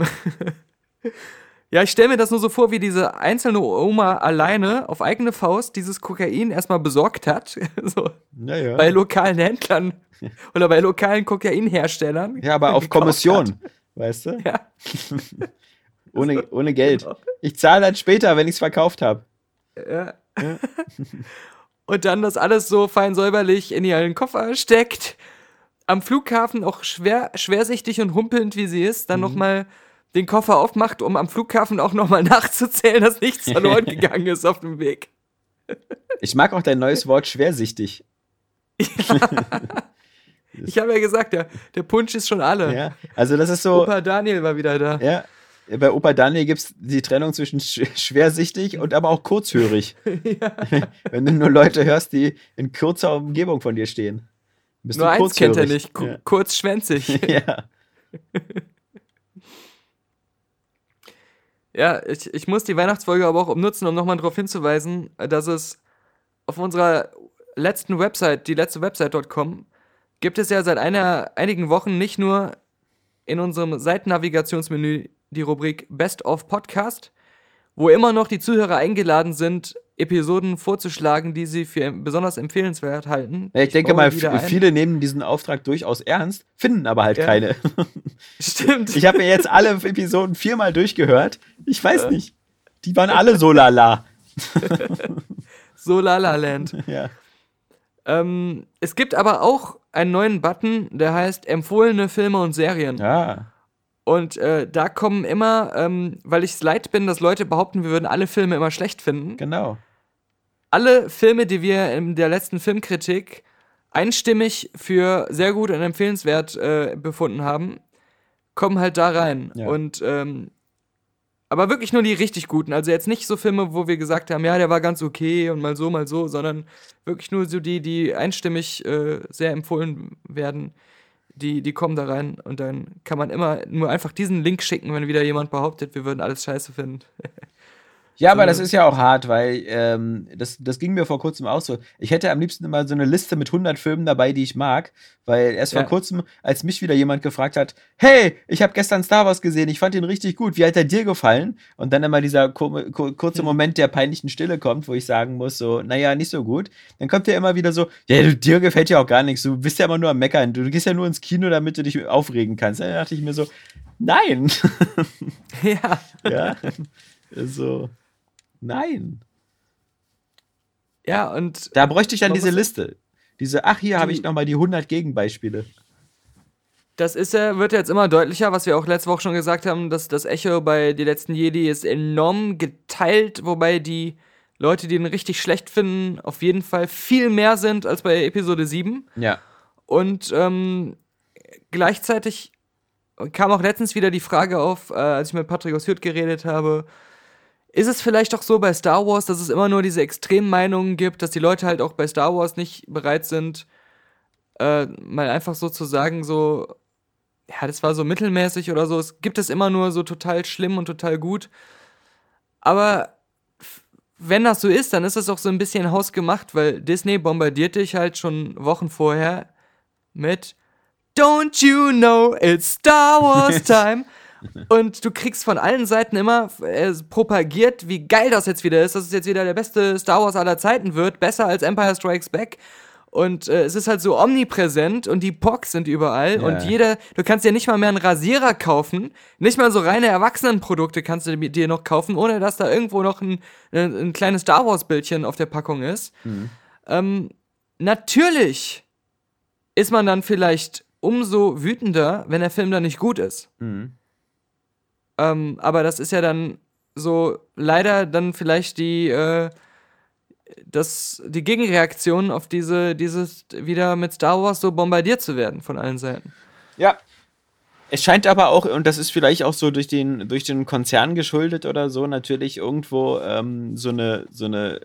Ja, ich stelle mir das nur so vor, wie diese einzelne Oma alleine auf eigene Faust dieses Kokain erstmal besorgt hat. So, Naja. bei lokalen Händlern oder bei lokalen Kokainherstellern. Ja, aber auf gekauft Kommission, hat. weißt du? Ja. Ohne Geld. Genau. Ich zahle dann später, wenn ich es verkauft habe. Ja. Und dann das alles so fein säuberlich in ihren Koffer steckt. Am Flughafen auch schwersichtig und humpelnd, wie sie ist, dann nochmal den Koffer aufmacht, um am Flughafen auch nochmal nachzuzählen, dass nichts verloren gegangen ist auf dem Weg. Ich mag auch dein neues Wort schwersichtig. Ich habe ja gesagt, der Punsch ist schon alle. Ja, also das ist so. Opa Daniel war wieder da. Ja, bei Opa Daniel gibt es die Trennung zwischen schwersichtig und aber auch kurzhörig. Wenn du nur Leute hörst, die in kurzer Umgebung von dir stehen. Bist Nur du eins kennt er kurzhörig. nicht, kurzschwänzig. Ja. Ja, ich muss die Weihnachtsfolge aber auch nutzen, um nochmal darauf hinzuweisen, dass es auf unserer letzten Website, die letzte Website.com, gibt es ja seit einigen Wochen nicht nur in unserem Seitennavigationsmenü die Rubrik Best of Podcast, wo immer noch die Zuhörer eingeladen sind, Episoden vorzuschlagen, die sie für besonders empfehlenswert halten. Ja, ich denke baue mal, wieder ein. viele nehmen diesen Auftrag durchaus ernst, finden aber halt keine. Stimmt. Ich habe mir jetzt alle Episoden 4-mal durchgehört. Ich weiß nicht. Die waren alle so lala. So La La Land. Ja. Es gibt aber auch einen neuen Button, der heißt empfohlene Filme und Serien. Ja. Und da kommen immer, weil ich es leid bin, dass Leute behaupten, wir würden alle Filme immer schlecht finden. Genau. Alle Filme, die wir in der letzten Filmkritik einstimmig für sehr gut und empfehlenswert befunden haben, kommen halt da rein. Ja. Und aber wirklich nur die richtig guten. Also jetzt nicht so Filme, wo wir gesagt haben, ja, der war ganz okay und mal so, sondern wirklich nur so die einstimmig sehr empfohlen werden. Die kommen da rein und dann kann man immer nur einfach diesen Link schicken, wenn wieder jemand behauptet, wir würden alles scheiße finden. Ja, aber das ist ja auch hart, weil das ging mir vor kurzem auch so. Ich hätte am liebsten immer so eine Liste mit 100 Filmen dabei, die ich mag, weil erst vor kurzem, als mich wieder jemand gefragt hat, hey, ich habe gestern Star Wars gesehen, ich fand ihn richtig gut, wie hat er dir gefallen? Und dann immer dieser kurze Moment der peinlichen Stille kommt, wo ich sagen muss, so, naja, nicht so gut. Dann kommt ja immer wieder so, ja, dir gefällt ja auch gar nichts, du bist ja immer nur am Meckern, du gehst ja nur ins Kino, damit du dich aufregen kannst. Dann dachte ich mir so, nein. Ja. Ja, so. Nein. Ja, und Da bräuchte ich dann man diese muss- Liste. Hier habe ich nochmal die 100 Gegenbeispiele. das wird jetzt immer deutlicher, was wir auch letzte Woche schon gesagt haben, dass das Echo bei Die letzten Jedi ist enorm geteilt, wobei die Leute, die ihn richtig schlecht finden, auf jeden Fall viel mehr sind als bei Episode 7. Ja. Und gleichzeitig kam auch letztens wieder die Frage auf, als ich mit Patrick aus Hürth geredet habe, ist es vielleicht doch so bei Star Wars, dass es immer nur diese Extremmeinungen gibt, dass die Leute halt auch bei Star Wars nicht bereit sind, mal einfach so zu sagen, so, ja, das war so mittelmäßig oder so. Es gibt es immer nur so total schlimm und total gut. Aber wenn das so ist, dann ist es auch so ein bisschen hausgemacht, weil Disney bombardiert dich halt schon Wochen vorher mit Don't you know it's Star Wars time? Und du kriegst von allen Seiten immer propagiert, wie geil das jetzt wieder ist, dass es jetzt wieder der beste Star Wars aller Zeiten wird, besser als Empire Strikes Back. Und es ist halt so omnipräsent und die Pogs sind überall. Ja. Und du kannst dir nicht mal mehr einen Rasierer kaufen. Nicht mal so reine Erwachsenenprodukte kannst du dir noch kaufen, ohne dass da irgendwo noch ein kleines Star Wars-Bildchen auf der Packung ist. Natürlich ist man dann vielleicht umso wütender, wenn der Film dann nicht gut ist. Aber das ist ja dann so leider dann vielleicht die Gegenreaktion auf dieses wieder mit Star Wars so bombardiert zu werden von allen Seiten. Ja. Es scheint aber auch, und das ist vielleicht auch so durch den Konzern geschuldet oder so, natürlich irgendwo so einen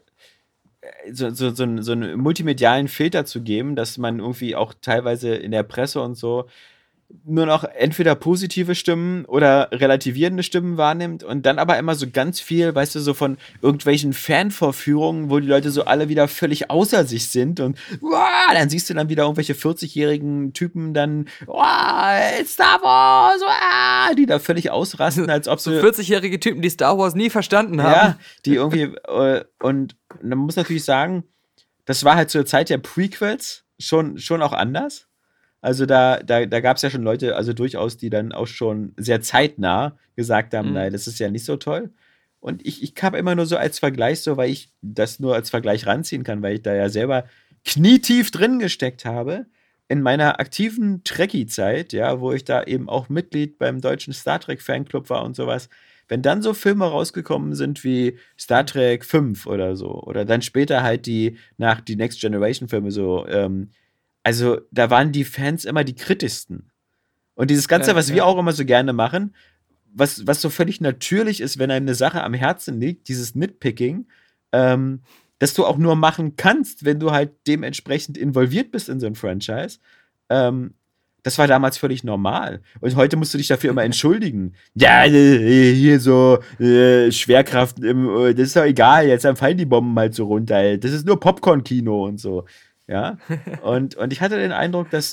multimedialen Filter zu geben, dass man irgendwie auch teilweise in der Presse und so nur noch entweder positive Stimmen oder relativierende Stimmen wahrnimmt und dann aber immer so ganz viel, weißt du, so von irgendwelchen Fanvorführungen, wo die Leute so alle wieder völlig außer sich sind und dann siehst du dann wieder irgendwelche 40-jährigen Typen dann it's Star Wars, die da völlig ausrasten, als ob So sie 40-jährige Typen, die Star Wars nie verstanden haben. ja, die irgendwie und man muss natürlich sagen, das war halt zur Zeit der Prequels schon auch anders. Also da gab es ja schon Leute, also durchaus, die dann auch schon sehr zeitnah gesagt haben, nein, das ist ja nicht so toll. Und ich habe immer nur so als Vergleich, so weil ich das nur als Vergleich ranziehen kann, weil ich da ja selber knietief drin gesteckt habe, in meiner aktiven Trekkie-Zeit, ja, wo ich da eben auch Mitglied beim deutschen Star Trek Fanclub war und sowas. Wenn dann so Filme rausgekommen sind wie Star Trek 5 oder so, oder dann später halt die Next Generation Filme so, also da waren die Fans immer die kritischsten. Und dieses Ganze, was wir auch immer so gerne machen, was so völlig natürlich ist, wenn einem eine Sache am Herzen liegt, dieses Nitpicking, das du auch nur machen kannst, wenn du halt dementsprechend involviert bist in so ein Franchise, Das war damals völlig normal. Und heute musst du dich dafür immer entschuldigen. Ja, hier so Schwerkraft, das ist doch egal, jetzt dann fallen die Bomben halt so runter. Das ist nur Popcorn-Kino und so. Ja. Und ich hatte den Eindruck, dass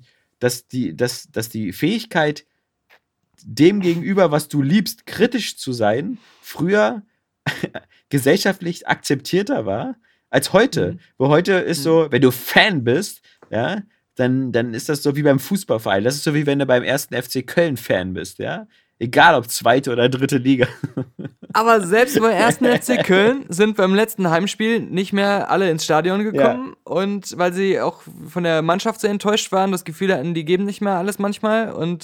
die Fähigkeit, dem gegenüber, was du liebst, kritisch zu sein, früher gesellschaftlich akzeptierter war als heute. Wo heute ist so, wenn du Fan bist, ja, dann ist das so wie beim Fußballverein. Das ist so wie wenn du beim 1. FC Köln Fan bist, ja. Egal ob 2. oder 3. Liga. Aber selbst beim 1. FC Köln sind beim letzten Heimspiel nicht mehr alle ins Stadion gekommen. Ja. Und weil sie auch von der Mannschaft so enttäuscht waren, das Gefühl hatten, die geben nicht mehr alles manchmal. Und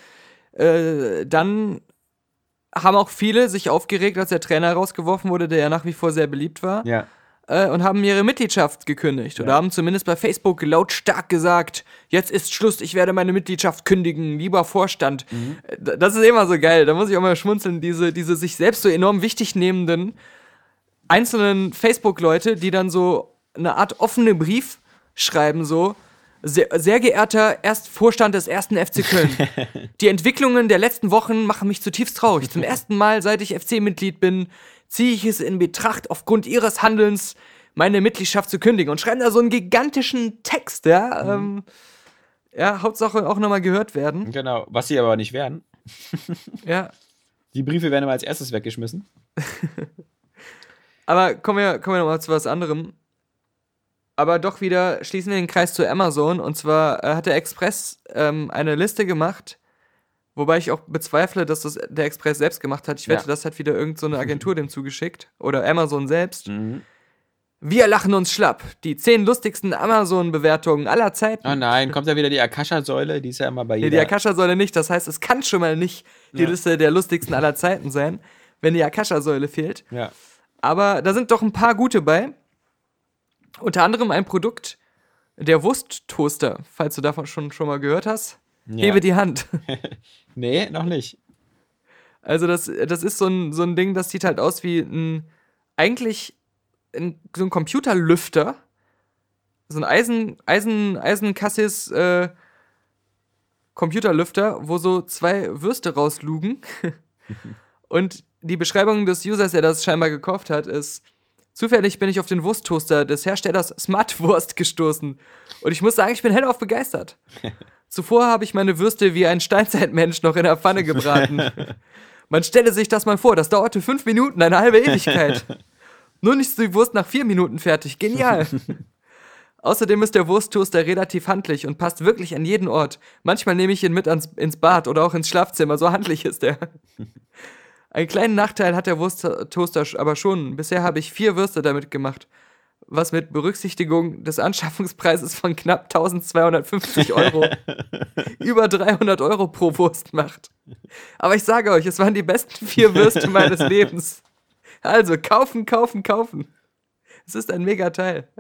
dann haben auch viele sich aufgeregt, als der Trainer rausgeworfen wurde, der ja nach wie vor sehr beliebt war. Ja. Und haben ihre Mitgliedschaft gekündigt. Oder haben zumindest bei Facebook lautstark gesagt, jetzt ist Schluss, ich werde meine Mitgliedschaft kündigen, lieber Vorstand. Das ist immer so geil, da muss ich auch mal schmunzeln, diese sich selbst so enorm wichtig nehmenden einzelnen Facebook-Leute, die dann so eine Art offene Brief schreiben, so, sehr geehrter Vorstand des 1. FC Köln, die Entwicklungen der letzten Wochen machen mich zutiefst traurig. Zum ersten Mal, seit ich FC-Mitglied bin, ziehe ich es in Betracht, aufgrund ihres Handelns meine Mitgliedschaft zu kündigen. Und schreiben da so einen gigantischen Text, ja. Hauptsache auch nochmal gehört werden. Genau, was sie aber nicht werden. Ja. Die Briefe werden immer als erstes weggeschmissen. Aber kommen wir nochmal zu was anderem. Aber doch wieder schließen wir den Kreis zu Amazon. Und zwar hat der Express eine Liste gemacht, wobei ich auch bezweifle, dass das der Express selbst gemacht hat. Ich wette, das hat wieder irgend so eine Agentur dem zugeschickt. Oder Amazon selbst. Wir lachen uns schlapp. Die 10 lustigsten Amazon-Bewertungen aller Zeiten. Oh nein, kommt da wieder die Akasha-Säule? Die ist ja immer bei jeder. Nee, die Akasha-Säule nicht. Das heißt, es kann schon mal nicht die Liste der lustigsten aller Zeiten sein, wenn die Akasha-Säule fehlt. Ja. Aber da sind doch ein paar gute bei. Unter anderem ein Produkt, der Wursttoaster. Falls du davon schon mal gehört hast, hebe die Hand. Nee, noch nicht. Also das ist so ein Ding, das sieht halt aus wie so ein Computerlüfter. So ein Eisenkassis Computerlüfter, wo so 2 Würste rauslugen. Und die Beschreibung des Users, der das scheinbar gekauft hat, ist: Zufällig bin ich auf den Wursttoaster des Herstellers Smartwurst gestoßen. Und ich muss sagen, ich bin hellauf begeistert. Zuvor habe ich meine Würste wie ein Steinzeitmensch noch in der Pfanne gebraten. Man stelle sich das mal vor, das dauerte 5 Minuten, eine halbe Ewigkeit. Nun ist die Wurst nach 4 Minuten fertig. Genial. Außerdem ist der Wursttoaster relativ handlich und passt wirklich an jeden Ort. Manchmal nehme ich ihn mit ins Bad oder auch ins Schlafzimmer, so handlich ist er. Einen kleinen Nachteil hat der Wursttoaster aber schon. Bisher habe ich 4 Würste damit gemacht, was mit Berücksichtigung des Anschaffungspreises von knapp 1250 Euro über 300 Euro pro Wurst macht. Aber ich sage euch, es waren die besten 4 Würste meines Lebens. Also, kaufen. Es ist ein Megateil.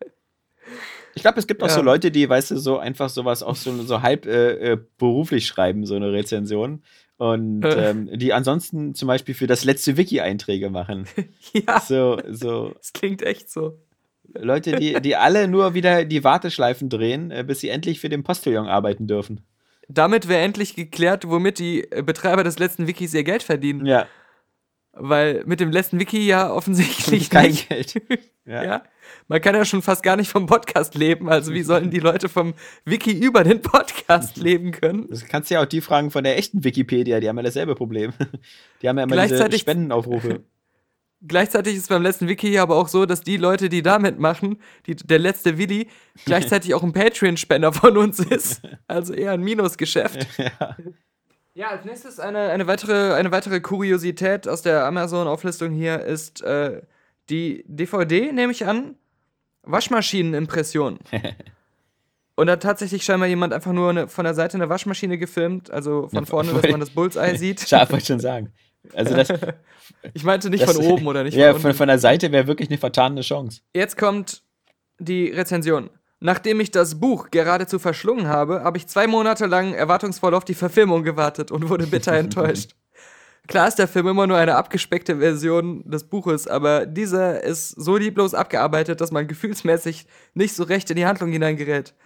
Ich glaube, es gibt auch so Leute, die, weißt du, so einfach sowas auch so halb beruflich schreiben, so eine Rezension. Und die ansonsten zum Beispiel für das letzte Wiki-Einträge machen. Ja. So. Das klingt echt so. Leute, die alle nur wieder die Warteschleifen drehen, bis sie endlich für den Postillon arbeiten dürfen. Damit wäre endlich geklärt, womit die Betreiber des letzten Wikis ihr Geld verdienen. Ja. Weil mit dem letzten Wiki ja offensichtlich kein nicht. Geld. Ja. Man kann ja schon fast gar nicht vom Podcast leben. Also wie sollen die Leute vom Wiki über den Podcast leben können? Das kannst du ja auch die fragen von der echten Wikipedia. Die haben ja dasselbe Problem. Die haben ja immer diese Spendenaufrufe. Gleichzeitig ist beim letzten Wiki aber auch so, dass die Leute, die da mitmachen, der letzte Willi, gleichzeitig auch ein Patreon-Spender von uns ist. Also eher ein Minusgeschäft. Ja, als nächstes eine weitere Kuriosität aus der Amazon-Auflistung hier ist die DVD, nehme ich an, Waschmaschinenimpression. Und da hat tatsächlich scheinbar jemand einfach nur von der Seite eine Waschmaschine gefilmt, also von vorne, dass man das Bullseye sieht. Scharf, wollte ich schon sagen. Also ich meinte nicht von oben oder nicht von unten. Von der Seite wäre wirklich eine vertane Chance. Jetzt kommt die Rezension. Nachdem ich das Buch geradezu verschlungen habe, habe ich 2 Monate lang erwartungsvoll auf die Verfilmung gewartet und wurde bitter enttäuscht. Klar ist der Film immer nur eine abgespeckte Version des Buches, aber dieser ist so lieblos abgearbeitet, dass man gefühlsmäßig nicht so recht in die Handlung hineingerät.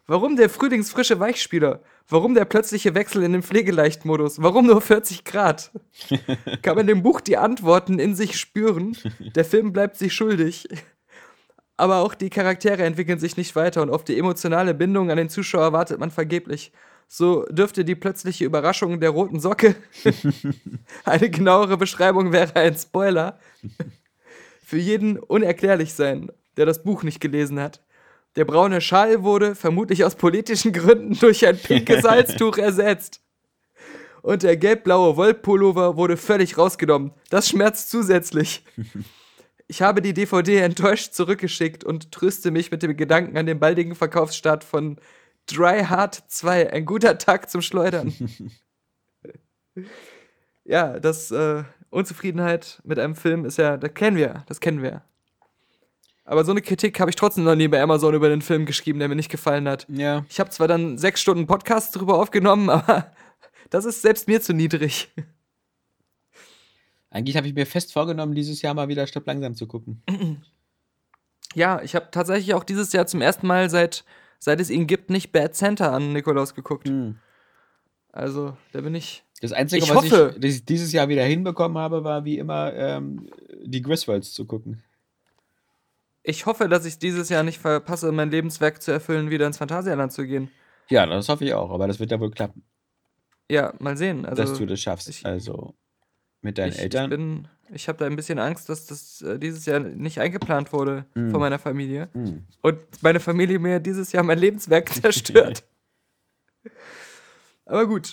Warum der frühlingsfrische Weichspüler? Warum der plötzliche Wechsel in den Pflegeleichtmodus? Warum nur 40 Grad? Kann man im Buch die Antworten in sich spüren? Der Film bleibt sich schuldig. Aber auch die Charaktere entwickeln sich nicht weiter und auf die emotionale Bindung an den Zuschauer wartet man vergeblich. So dürfte die plötzliche Überraschung der roten Socke eine genauere Beschreibung wäre ein Spoiler für jeden unerklärlich sein, der das Buch nicht gelesen hat. Der braune Schal wurde, vermutlich aus politischen Gründen, durch ein pinkes Halstuch ersetzt. Und der gelb-blaue Wollpullover wurde völlig rausgenommen. Das schmerzt zusätzlich. Ich habe die DVD enttäuscht zurückgeschickt und tröste mich mit dem Gedanken an den baldigen Verkaufsstart von Dry Hard 2. Ein guter Tag zum Schleudern. Ja, das Unzufriedenheit mit einem Film ist ja, das kennen wir. Aber so eine Kritik habe ich trotzdem noch nie bei Amazon über den Film geschrieben, der mir nicht gefallen hat. Ja. Ich habe zwar dann 6 Stunden Podcast drüber aufgenommen, aber das ist selbst mir zu niedrig. Eigentlich habe ich mir fest vorgenommen, dieses Jahr mal wieder Stopp langsam zu gucken. Ja, ich habe tatsächlich auch dieses Jahr zum ersten Mal, seit es ihn gibt, nicht Bad Santa an Nikolaus geguckt. Also, da bin ich... Das Einzige, Ich was hoffe- ich dieses Jahr wieder hinbekommen habe, war wie immer die Griswolds zu gucken. Ich hoffe, dass ich dieses Jahr nicht verpasse, mein Lebenswerk zu erfüllen, wieder ins Phantasialand zu gehen. Ja, das hoffe ich auch, aber das wird ja wohl klappen, Ja, mal sehen. Also, dass du das schaffst. ich- Also mit deinen Eltern. Ich habe da ein bisschen Angst, dass das dieses Jahr nicht eingeplant wurde von meiner Familie. Und meine Familie mir dieses Jahr mein Lebenswerk zerstört. Aber gut,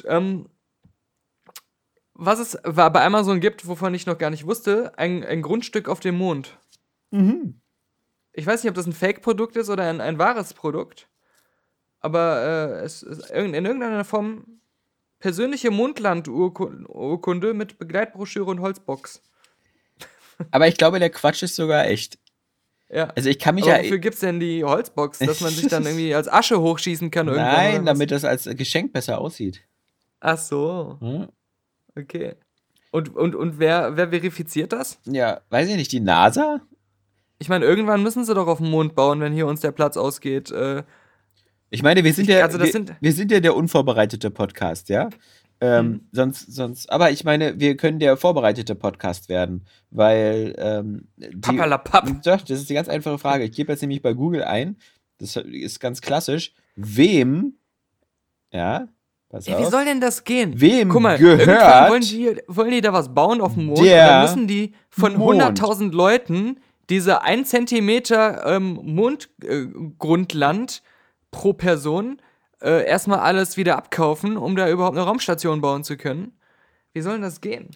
was es bei Amazon gibt, wovon ich noch gar nicht wusste, ein Grundstück auf dem Mond. Ich weiß nicht, ob das ein Fake-Produkt ist oder ein wahres Produkt, aber es ist in irgendeiner Form persönliche Mondland-Urkunde mit Begleitbroschüre und Holzbox. Aber ich glaube, der Quatsch ist sogar echt. Ja. Also ich kann mich Aber ja. wofür gibt's denn die Holzbox, dass man sich dann irgendwie als Asche hochschießen kann irgendwann? Nein, oder was? damit das als Geschenk besser aussieht. Ach so, Hm? okay. Und wer verifiziert das? Ja, weiß ich nicht, die NASA? Ich meine, irgendwann müssen sie doch auf dem Mond bauen, wenn hier uns der Platz ausgeht. Ich meine, wir sind wir sind ja der unvorbereitete Podcast, ja? Sonst, aber ich meine, wir können der vorbereitete Podcast werden, weil Papperlapapp. Doch, das ist die ganz einfache Frage. Ich gebe jetzt nämlich bei Google ein, das ist ganz klassisch, wem, ja, pass Ja, wie auf, soll denn das gehen? Wem Guck mal, gehört irgendwann wollen die da was bauen auf dem Mond und der dann müssen die von Mond? 100.000 Leuten diese 1 Zentimeter Mondgrundland pro Person erstmal alles wieder abkaufen, um da überhaupt eine Raumstation bauen zu können. Wie soll denn das gehen?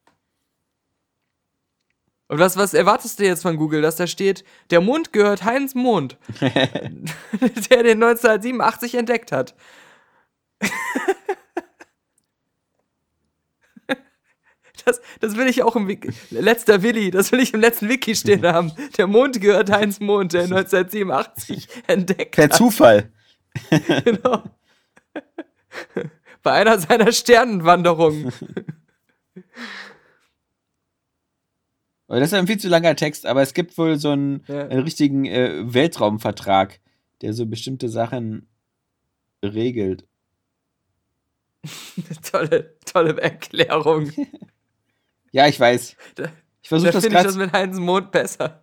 Und was erwartest du jetzt von Google, dass da steht, der Mond gehört Heinz Mond, der den 1987 entdeckt hat. Das will ich auch im Wiki. Letzter Willi, das will ich im letzten Wiki stehen haben. Der Mond gehört Heinz Mond, der 1987 entdeckt Per hat. Zufall. Genau. Bei einer seiner Sternenwanderungen. Das ist ein viel zu langer Text, aber es gibt wohl so einen richtigen Weltraumvertrag, der so bestimmte Sachen regelt. Tolle Erklärung. Ja, ich weiß. Ich versuche Da das finde ich das gerade. mit Heinz Mond besser.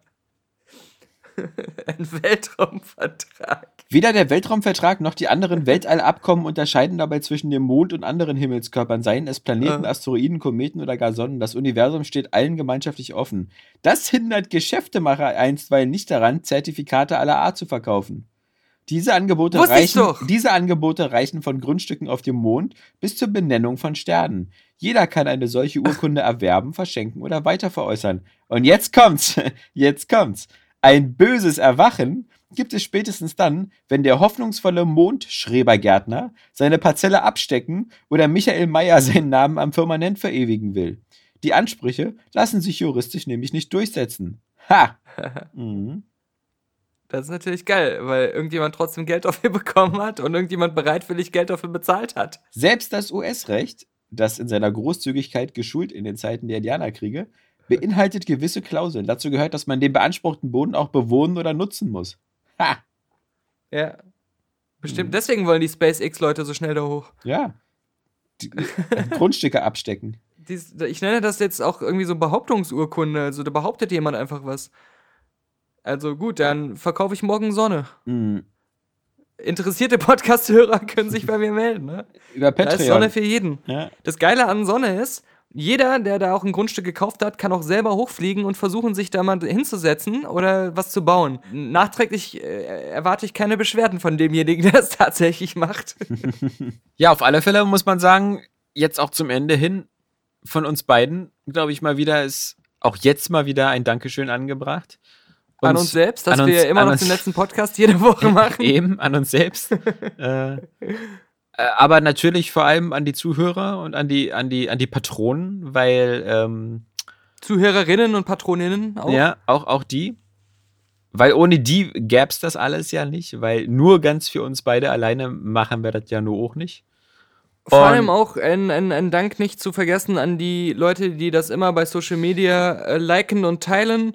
Ein Weltraumvertrag. Weder der Weltraumvertrag noch die anderen Weltallabkommen unterscheiden dabei zwischen dem Mond und anderen Himmelskörpern, seien es Planeten, Asteroiden, Kometen oder gar Sonnen. Das Universum steht allen gemeinschaftlich offen. Das hindert Geschäftemacher einstweilen nicht daran, Zertifikate aller Art zu verkaufen. Diese Angebote Wusste ich doch. reichen von Grundstücken auf dem Mond bis zur Benennung von Sternen. Jeder kann eine solche Urkunde erwerben, verschenken oder weiterveräußern. Und jetzt kommt's. Jetzt kommt's. Ein böses Erwachen gibt es spätestens dann, wenn der hoffnungsvolle Mondschrebergärtner seine Parzelle abstecken oder Michael Mayer seinen Namen am Firmament verewigen will. Die Ansprüche lassen sich juristisch nämlich nicht durchsetzen. Ha! Mhm. Das ist natürlich geil, weil irgendjemand trotzdem Geld dafür bekommen hat und irgendjemand bereitwillig Geld dafür bezahlt hat. Selbst das US-Recht, das in seiner Großzügigkeit geschult in den Zeiten der Indianerkriege, beinhaltet gewisse Klauseln. Dazu gehört, dass man den beanspruchten Boden auch bewohnen oder nutzen muss. Ha! Ja. Bestimmt. Deswegen wollen die SpaceX-Leute so schnell da hoch. Ja. Grundstücke abstecken. Ich nenne das jetzt auch irgendwie so Behauptungsurkunde. Also da behauptet jemand einfach was. Also gut, dann verkaufe ich morgen Sonne. Mhm. Interessierte Podcast-Hörer können sich bei mir melden. Ne? Über Da ist Patreon. Sonne für jeden. Ja. Das Geile an Sonne ist, jeder, der da auch ein Grundstück gekauft hat, kann auch selber hochfliegen und versuchen, sich da mal hinzusetzen oder was zu bauen. Nachträglich erwarte ich keine Beschwerden von demjenigen, der das tatsächlich macht. Ja, auf alle Fälle muss man sagen, jetzt auch zum Ende hin von uns beiden, glaube ich, mal wieder ist auch jetzt mal wieder ein Dankeschön angebracht. An uns selbst, dass an uns- wir immer an noch uns- den letzten Podcast jede Woche machen. Eben, an uns selbst. Aber natürlich vor allem an die Zuhörer und an die Patronen, weil Zuhörerinnen und Patroninnen auch. ja, auch die. Weil ohne die gäbe es das alles ja nicht, weil nur ganz für uns beide alleine machen wir das ja nur auch nicht. Vor Und- allem auch ein Dank nicht zu vergessen an die Leute, die das immer bei Social Media liken und teilen.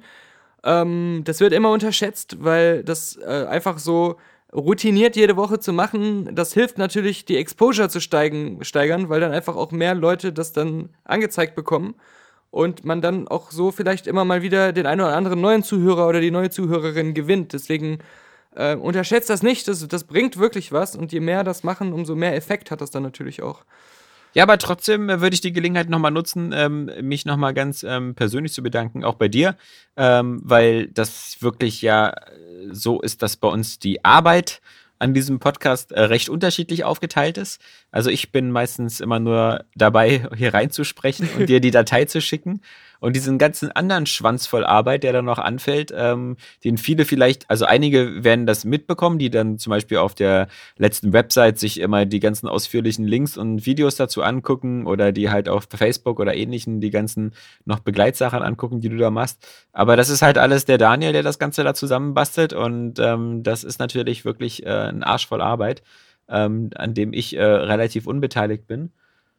Das wird immer unterschätzt, weil das einfach so routiniert jede Woche zu machen, das hilft natürlich, die Exposure zu steigern, weil dann einfach auch mehr Leute das dann angezeigt bekommen und man dann auch so vielleicht immer mal wieder den einen oder anderen neuen Zuhörer oder die neue Zuhörerin gewinnt. Deswegen unterschätzt das nicht, das bringt wirklich was und je mehr das machen, umso mehr Effekt hat das dann natürlich auch. Ja, aber trotzdem würde ich die Gelegenheit nochmal nutzen, mich nochmal ganz persönlich zu bedanken, auch bei dir, weil das wirklich ja so ist, dass bei uns die Arbeit an diesem Podcast recht unterschiedlich aufgeteilt ist. Also ich bin meistens immer nur dabei, hier reinzusprechen und dir die Datei zu schicken. Und diesen ganzen anderen Schwanz voll Arbeit, der dann noch anfällt, den viele vielleicht, also einige werden das mitbekommen, die dann zum Beispiel auf der letzten Website sich immer die ganzen ausführlichen Links und Videos dazu angucken oder die halt auf Facebook oder ähnlichen die ganzen noch Begleitsachen angucken, die du da machst. Aber das ist halt alles der Daniel, der das Ganze da zusammenbastelt und das ist natürlich wirklich ein Arsch voll Arbeit, an dem ich relativ unbeteiligt bin.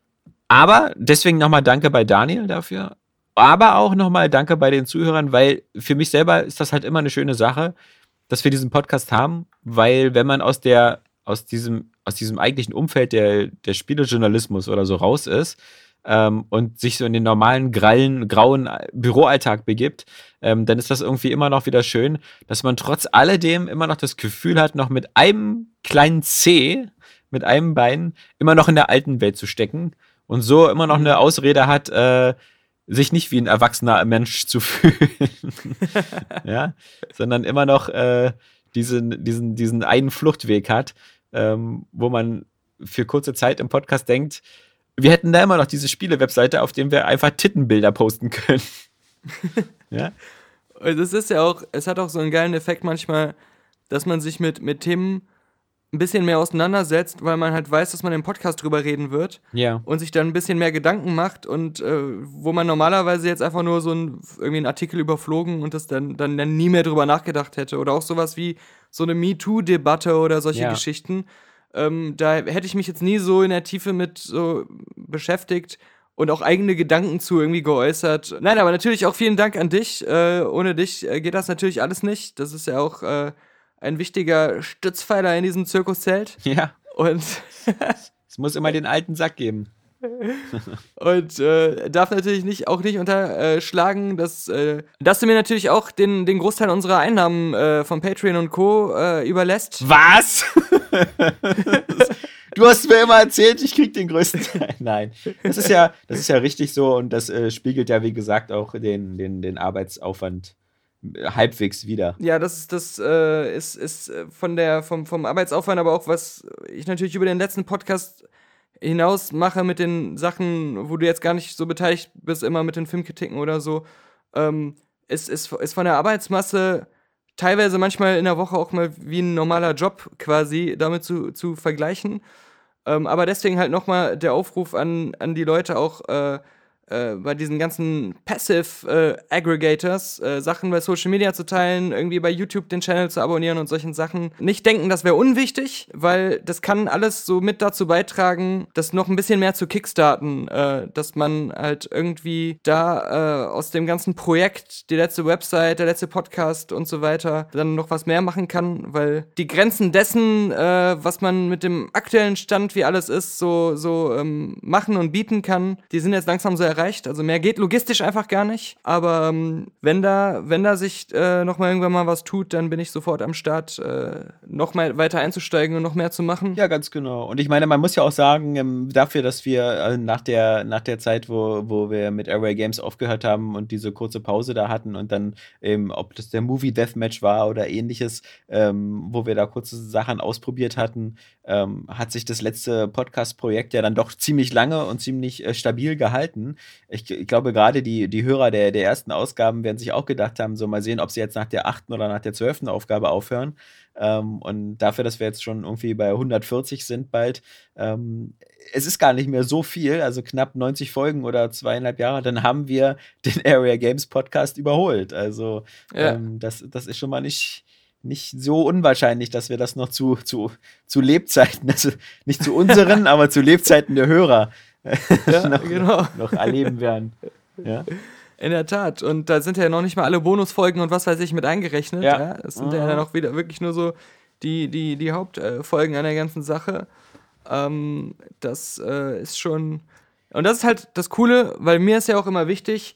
Aber deswegen nochmal Danke bei Daniel dafür. Aber auch nochmal Danke bei den Zuhörern, weil für mich selber ist das halt immer eine schöne Sache, dass wir diesen Podcast haben, weil wenn man aus diesem eigentlichen Umfeld der Spielejournalismus oder so raus ist und sich so in den normalen grauen Büroalltag begibt, dann ist das irgendwie immer noch wieder schön, dass man trotz alledem immer noch das Gefühl hat, noch mit einem kleinen C, mit einem Bein, immer noch in der alten Welt zu stecken und so immer noch eine Ausrede hat, sich nicht wie ein erwachsener Mensch zu fühlen, ja, sondern immer noch diesen einen Fluchtweg hat, wo man für kurze Zeit im Podcast denkt, wir hätten da immer noch diese Spiele-Webseite, auf der wir einfach Tittenbilder posten können. Ja? Und es ist ja auch, es hat auch so einen geilen Effekt manchmal, dass man sich mit Themen ein bisschen mehr auseinandersetzt, weil man halt weiß, dass man im Podcast drüber reden wird Ja. und sich dann ein bisschen mehr Gedanken macht und wo man normalerweise jetzt einfach nur irgendwie einen Artikel überflogen und das dann nie mehr drüber nachgedacht hätte oder auch sowas wie so eine MeToo-Debatte oder solche Ja. Geschichten. Da hätte ich mich jetzt nie so in der Tiefe mit so beschäftigt und auch eigene Gedanken zu irgendwie geäußert. Nein, aber natürlich auch vielen Dank an dich. Ohne dich geht das natürlich alles nicht. Das ist ja auch ein wichtiger Stützpfeiler in diesem Zirkuszelt. Ja. Und Es muss immer den alten Sack geben. darf natürlich auch nicht unterschlagen, dass du mir natürlich auch den Großteil unserer Einnahmen von Patreon und Co. überlässt. Was? Du hast mir immer erzählt, ich krieg den größten Teil. Nein. Das ist ja richtig so und das spiegelt ja, wie gesagt, auch den Arbeitsaufwand halbwegs wider. Ja, das ist vom Arbeitsaufwand, aber auch was ich natürlich über den letzten Podcast hinaus mache mit den Sachen, wo du jetzt gar nicht so beteiligt bist, immer mit den Filmkritiken oder so, ist von der Arbeitsmasse teilweise manchmal in der Woche auch mal wie ein normaler Job quasi damit zu vergleichen. Aber deswegen halt nochmal der Aufruf an die Leute auch, bei diesen ganzen Passive Aggregators Sachen bei Social Media zu teilen, irgendwie bei YouTube den Channel zu abonnieren und solchen Sachen. Nicht denken, das wäre unwichtig, weil das kann alles so mit dazu beitragen, das noch ein bisschen mehr zu kickstarten, dass man halt irgendwie da aus dem ganzen Projekt, die letzte Website, der letzte Podcast und so weiter, dann noch was mehr machen kann, weil die Grenzen dessen, was man mit dem aktuellen Stand, wie alles ist, so machen und bieten kann, die sind jetzt langsam so erreicht. Also mehr geht logistisch einfach gar nicht. Aber wenn da sich noch mal irgendwann mal was tut, dann bin ich sofort am Start, noch mal weiter einzusteigen und noch mehr zu machen. Ja, ganz genau. Und ich meine, man muss ja auch sagen, dafür, dass wir nach der Zeit, wo wir mit Airway Games aufgehört haben und diese kurze Pause da hatten und dann ob das der Movie Deathmatch war oder ähnliches, wo wir da kurze Sachen ausprobiert hatten, hat sich das letzte Podcast-Projekt ja dann doch ziemlich lange und ziemlich stabil gehalten. Ich glaube, gerade die Hörer der ersten Ausgaben werden sich auch gedacht haben, so mal sehen, ob sie jetzt nach der 8. oder nach der 12. Aufgabe aufhören. Und dafür, dass wir jetzt schon irgendwie bei 140 sind bald, es ist gar nicht mehr so viel, also knapp 90 Folgen oder 2,5 Jahre, dann haben wir den Area Games Podcast überholt. Also das ist schon mal nicht so unwahrscheinlich, dass wir das noch zu Lebzeiten, also nicht zu unseren, aber zu Lebzeiten der Hörer noch erleben werden. Ja. In der Tat. Und da sind ja noch nicht mal alle Bonusfolgen und was weiß ich mit eingerechnet. Ja. Das sind ja dann auch wieder wirklich nur so die Hauptfolgen an der ganzen Sache. Das ist schon... Und das ist halt das Coole, weil mir ist ja auch immer wichtig,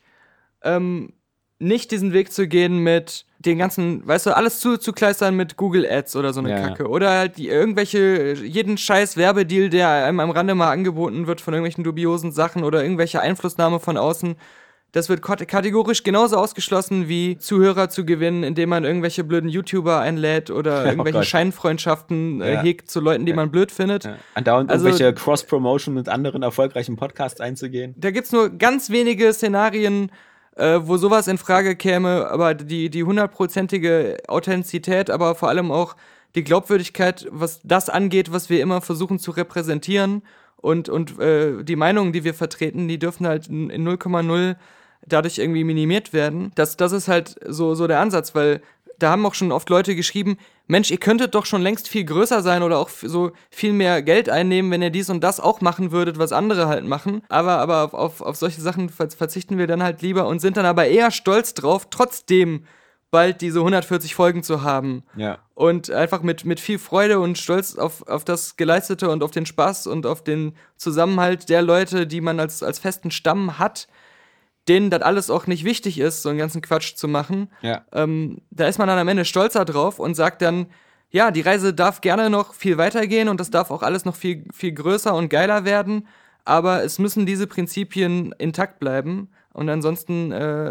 nicht diesen Weg zu gehen mit den ganzen, weißt du, alles zuzukleistern mit Google Ads oder so eine Kacke. Oder halt jeden scheiß Werbedeal, der einem am Rande mal angeboten wird von irgendwelchen dubiosen Sachen oder irgendwelche Einflussnahme von außen. Das wird kategorisch genauso ausgeschlossen, wie Zuhörer zu gewinnen, indem man irgendwelche blöden YouTuber einlädt oder irgendwelche Scheinfreundschaften hegt zu Leuten, die man blöd findet. Ja. Andauernd irgendwelche Cross-Promotion mit anderen erfolgreichen Podcasts einzugehen. Da gibt's nur ganz wenige Szenarien, wo sowas in Frage käme, aber die 100%ige Authentizität, aber vor allem auch die Glaubwürdigkeit, was das angeht, was wir immer versuchen zu repräsentieren und die Meinungen, die wir vertreten, die dürfen halt in 0,0 dadurch irgendwie minimiert werden. Das ist halt so der Ansatz, weil da haben auch schon oft Leute geschrieben, Mensch, ihr könntet doch schon längst viel größer sein oder auch so viel mehr Geld einnehmen, wenn ihr dies und das auch machen würdet, was andere halt machen. Aber auf solche Sachen verzichten wir dann halt lieber und sind dann aber eher stolz drauf, trotzdem bald diese 140 Folgen zu haben. Ja. Und einfach mit viel Freude und Stolz auf das Geleistete und auf den Spaß und auf den Zusammenhalt der Leute, die man als festen Stamm hat, denen das alles auch nicht wichtig ist, so einen ganzen Quatsch zu machen. Ja. Da ist man dann am Ende stolzer drauf und sagt dann, ja, die Reise darf gerne noch viel weitergehen und das darf auch alles noch viel, viel größer und geiler werden, aber es müssen diese Prinzipien intakt bleiben und ansonsten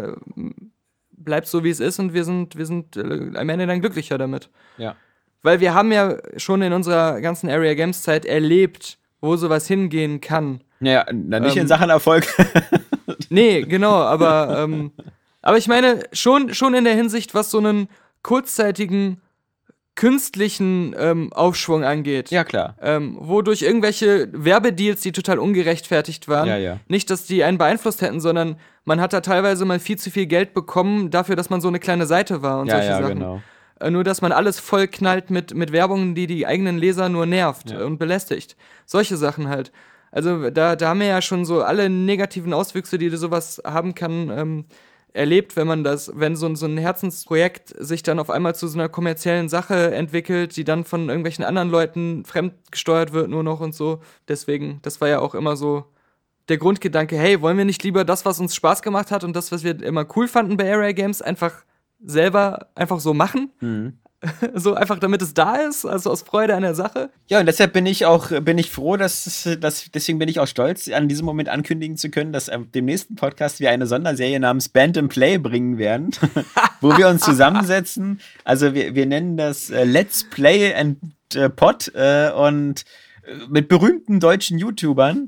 bleibt so, wie es ist und wir sind am Ende dann glücklicher damit. Ja. Weil wir haben ja schon in unserer ganzen Area Games Zeit erlebt, wo sowas hingehen kann. Naja, nicht in Sachen Erfolg. Nee, genau, aber ich meine, schon in der Hinsicht, was so einen kurzzeitigen künstlichen Aufschwung angeht. Ja, klar. Wo durch irgendwelche Werbedeals, die total ungerechtfertigt waren, nicht, dass die einen beeinflusst hätten, sondern man hat da teilweise mal viel zu viel Geld bekommen dafür, dass man so eine kleine Seite war und solche Sachen. Genau. Nur, dass man alles voll knallt mit Werbung, die eigenen Leser nur nervt und belästigt. Solche Sachen halt. Also da haben wir ja schon so alle negativen Auswüchse, die sowas haben kann, erlebt, wenn so ein Herzensprojekt sich dann auf einmal zu so einer kommerziellen Sache entwickelt, die dann von irgendwelchen anderen Leuten fremdgesteuert wird nur noch und so. Deswegen, das war ja auch immer so der Grundgedanke, hey, wollen wir nicht lieber das, was uns Spaß gemacht hat und das, was wir immer cool fanden bei Area Games, einfach selber so machen? Mhm. So einfach, damit es da ist, also aus Freude an der Sache. Ja, und deshalb bin ich froh, deswegen bin ich auch stolz, an diesem Moment ankündigen zu können, dass dem nächsten Podcast wir eine Sonderserie namens Band and Play bringen werden, wo wir uns zusammensetzen. Also wir nennen das Let's Play and Pod und mit berühmten deutschen YouTubern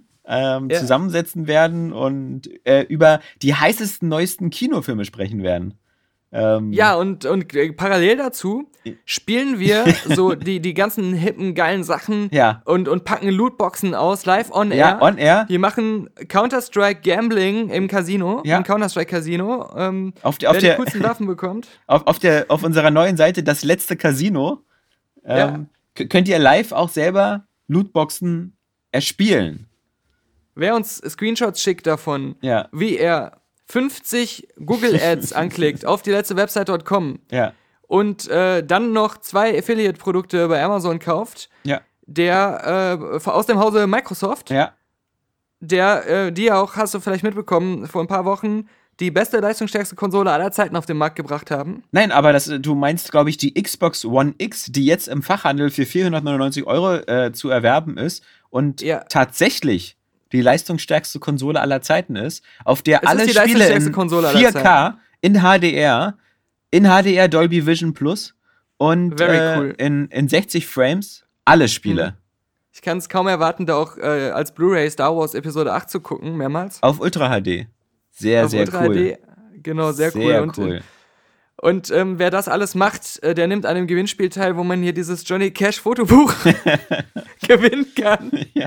zusammensetzen werden und über die heißesten, neuesten Kinofilme sprechen werden. Ja, und parallel dazu spielen wir so die ganzen hippen, geilen Sachen Ja. und packen Lootboxen aus, live on air. Ja, on air. Wir machen Counter-Strike Gambling im Casino, Ja. im Counter-Strike-Casino. Auf Wer die der, coolsten Waffen bekommt. auf unserer neuen Seite, das letzte Casino, könnt ihr live auch selber Lootboxen erspielen. Wer uns Screenshots schickt davon, Ja. wie er 50 Google Ads anklickt auf die letzte Website.com Ja. und dann noch 2 Affiliate-Produkte bei Amazon kauft, Ja. der aus dem Hause Microsoft, Ja. die ja auch, hast du vielleicht mitbekommen, vor ein paar Wochen die beste, leistungsstärkste Konsole aller Zeiten auf den Markt gebracht haben. Nein, aber du meinst, glaube ich, die Xbox One X, die jetzt im Fachhandel für 499 € zu erwerben ist und tatsächlich die leistungsstärkste Konsole aller Zeiten ist, auf der alle Spiele in 4K, in HDR Dolby Vision Plus und Very cool. in 60 Frames alle Spiele. Ich kann es kaum erwarten, da auch als Blu-ray Star Wars Episode 8 zu gucken, mehrmals. Auf Ultra HD. Sehr, Auf sehr Ultra cool. HD. Genau, sehr cool. Sehr cool. Und wer das alles macht, der nimmt an einem Gewinnspiel teil, wo man hier dieses Johnny Cash Fotobuch gewinnen kann. Ja.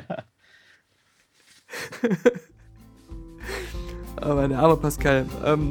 Aber der arme Pascal.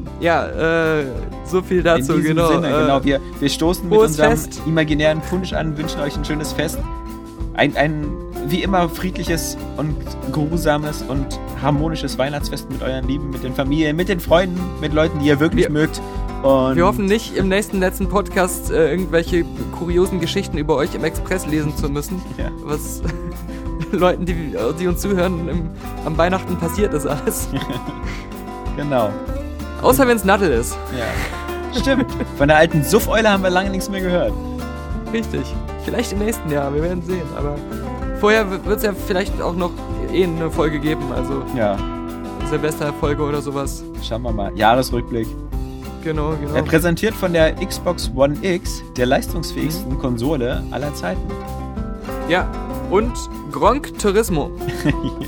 So viel dazu, In diesem genau. Sinne, genau. Wir stoßen mit frohes unserem Fest. imaginären Punsch an, wünschen euch ein schönes Fest. Ein wie immer friedliches und geruhsames und harmonisches Weihnachtsfest mit euren Lieben, mit den Familien, mit den Freunden, mit Leuten, die ihr wirklich mögt. Und Wir hoffen nicht, im letzten Podcast irgendwelche kuriosen Geschichten über euch im Express lesen zu müssen. Ja. Was Leuten, die uns zuhören, am Weihnachten passiert ist alles. Genau. Außer wenn es Nadel ist. Ja. Stimmt. Von der alten Suffeule haben wir lange nichts mehr gehört. Richtig. Vielleicht im nächsten Jahr, wir werden sehen. Aber vorher wird es ja vielleicht auch noch eine Folge geben. Also Ja, Silvesterfolge oder sowas. schauen wir mal. Jahresrückblick. Genau. Präsentiert von der Xbox One X, der leistungsfähigsten Konsole aller Zeiten. Ja. Und Gronk Turismo. Ja.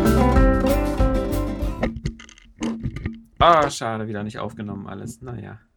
Ah, schade, wieder nicht aufgenommen alles. Naja.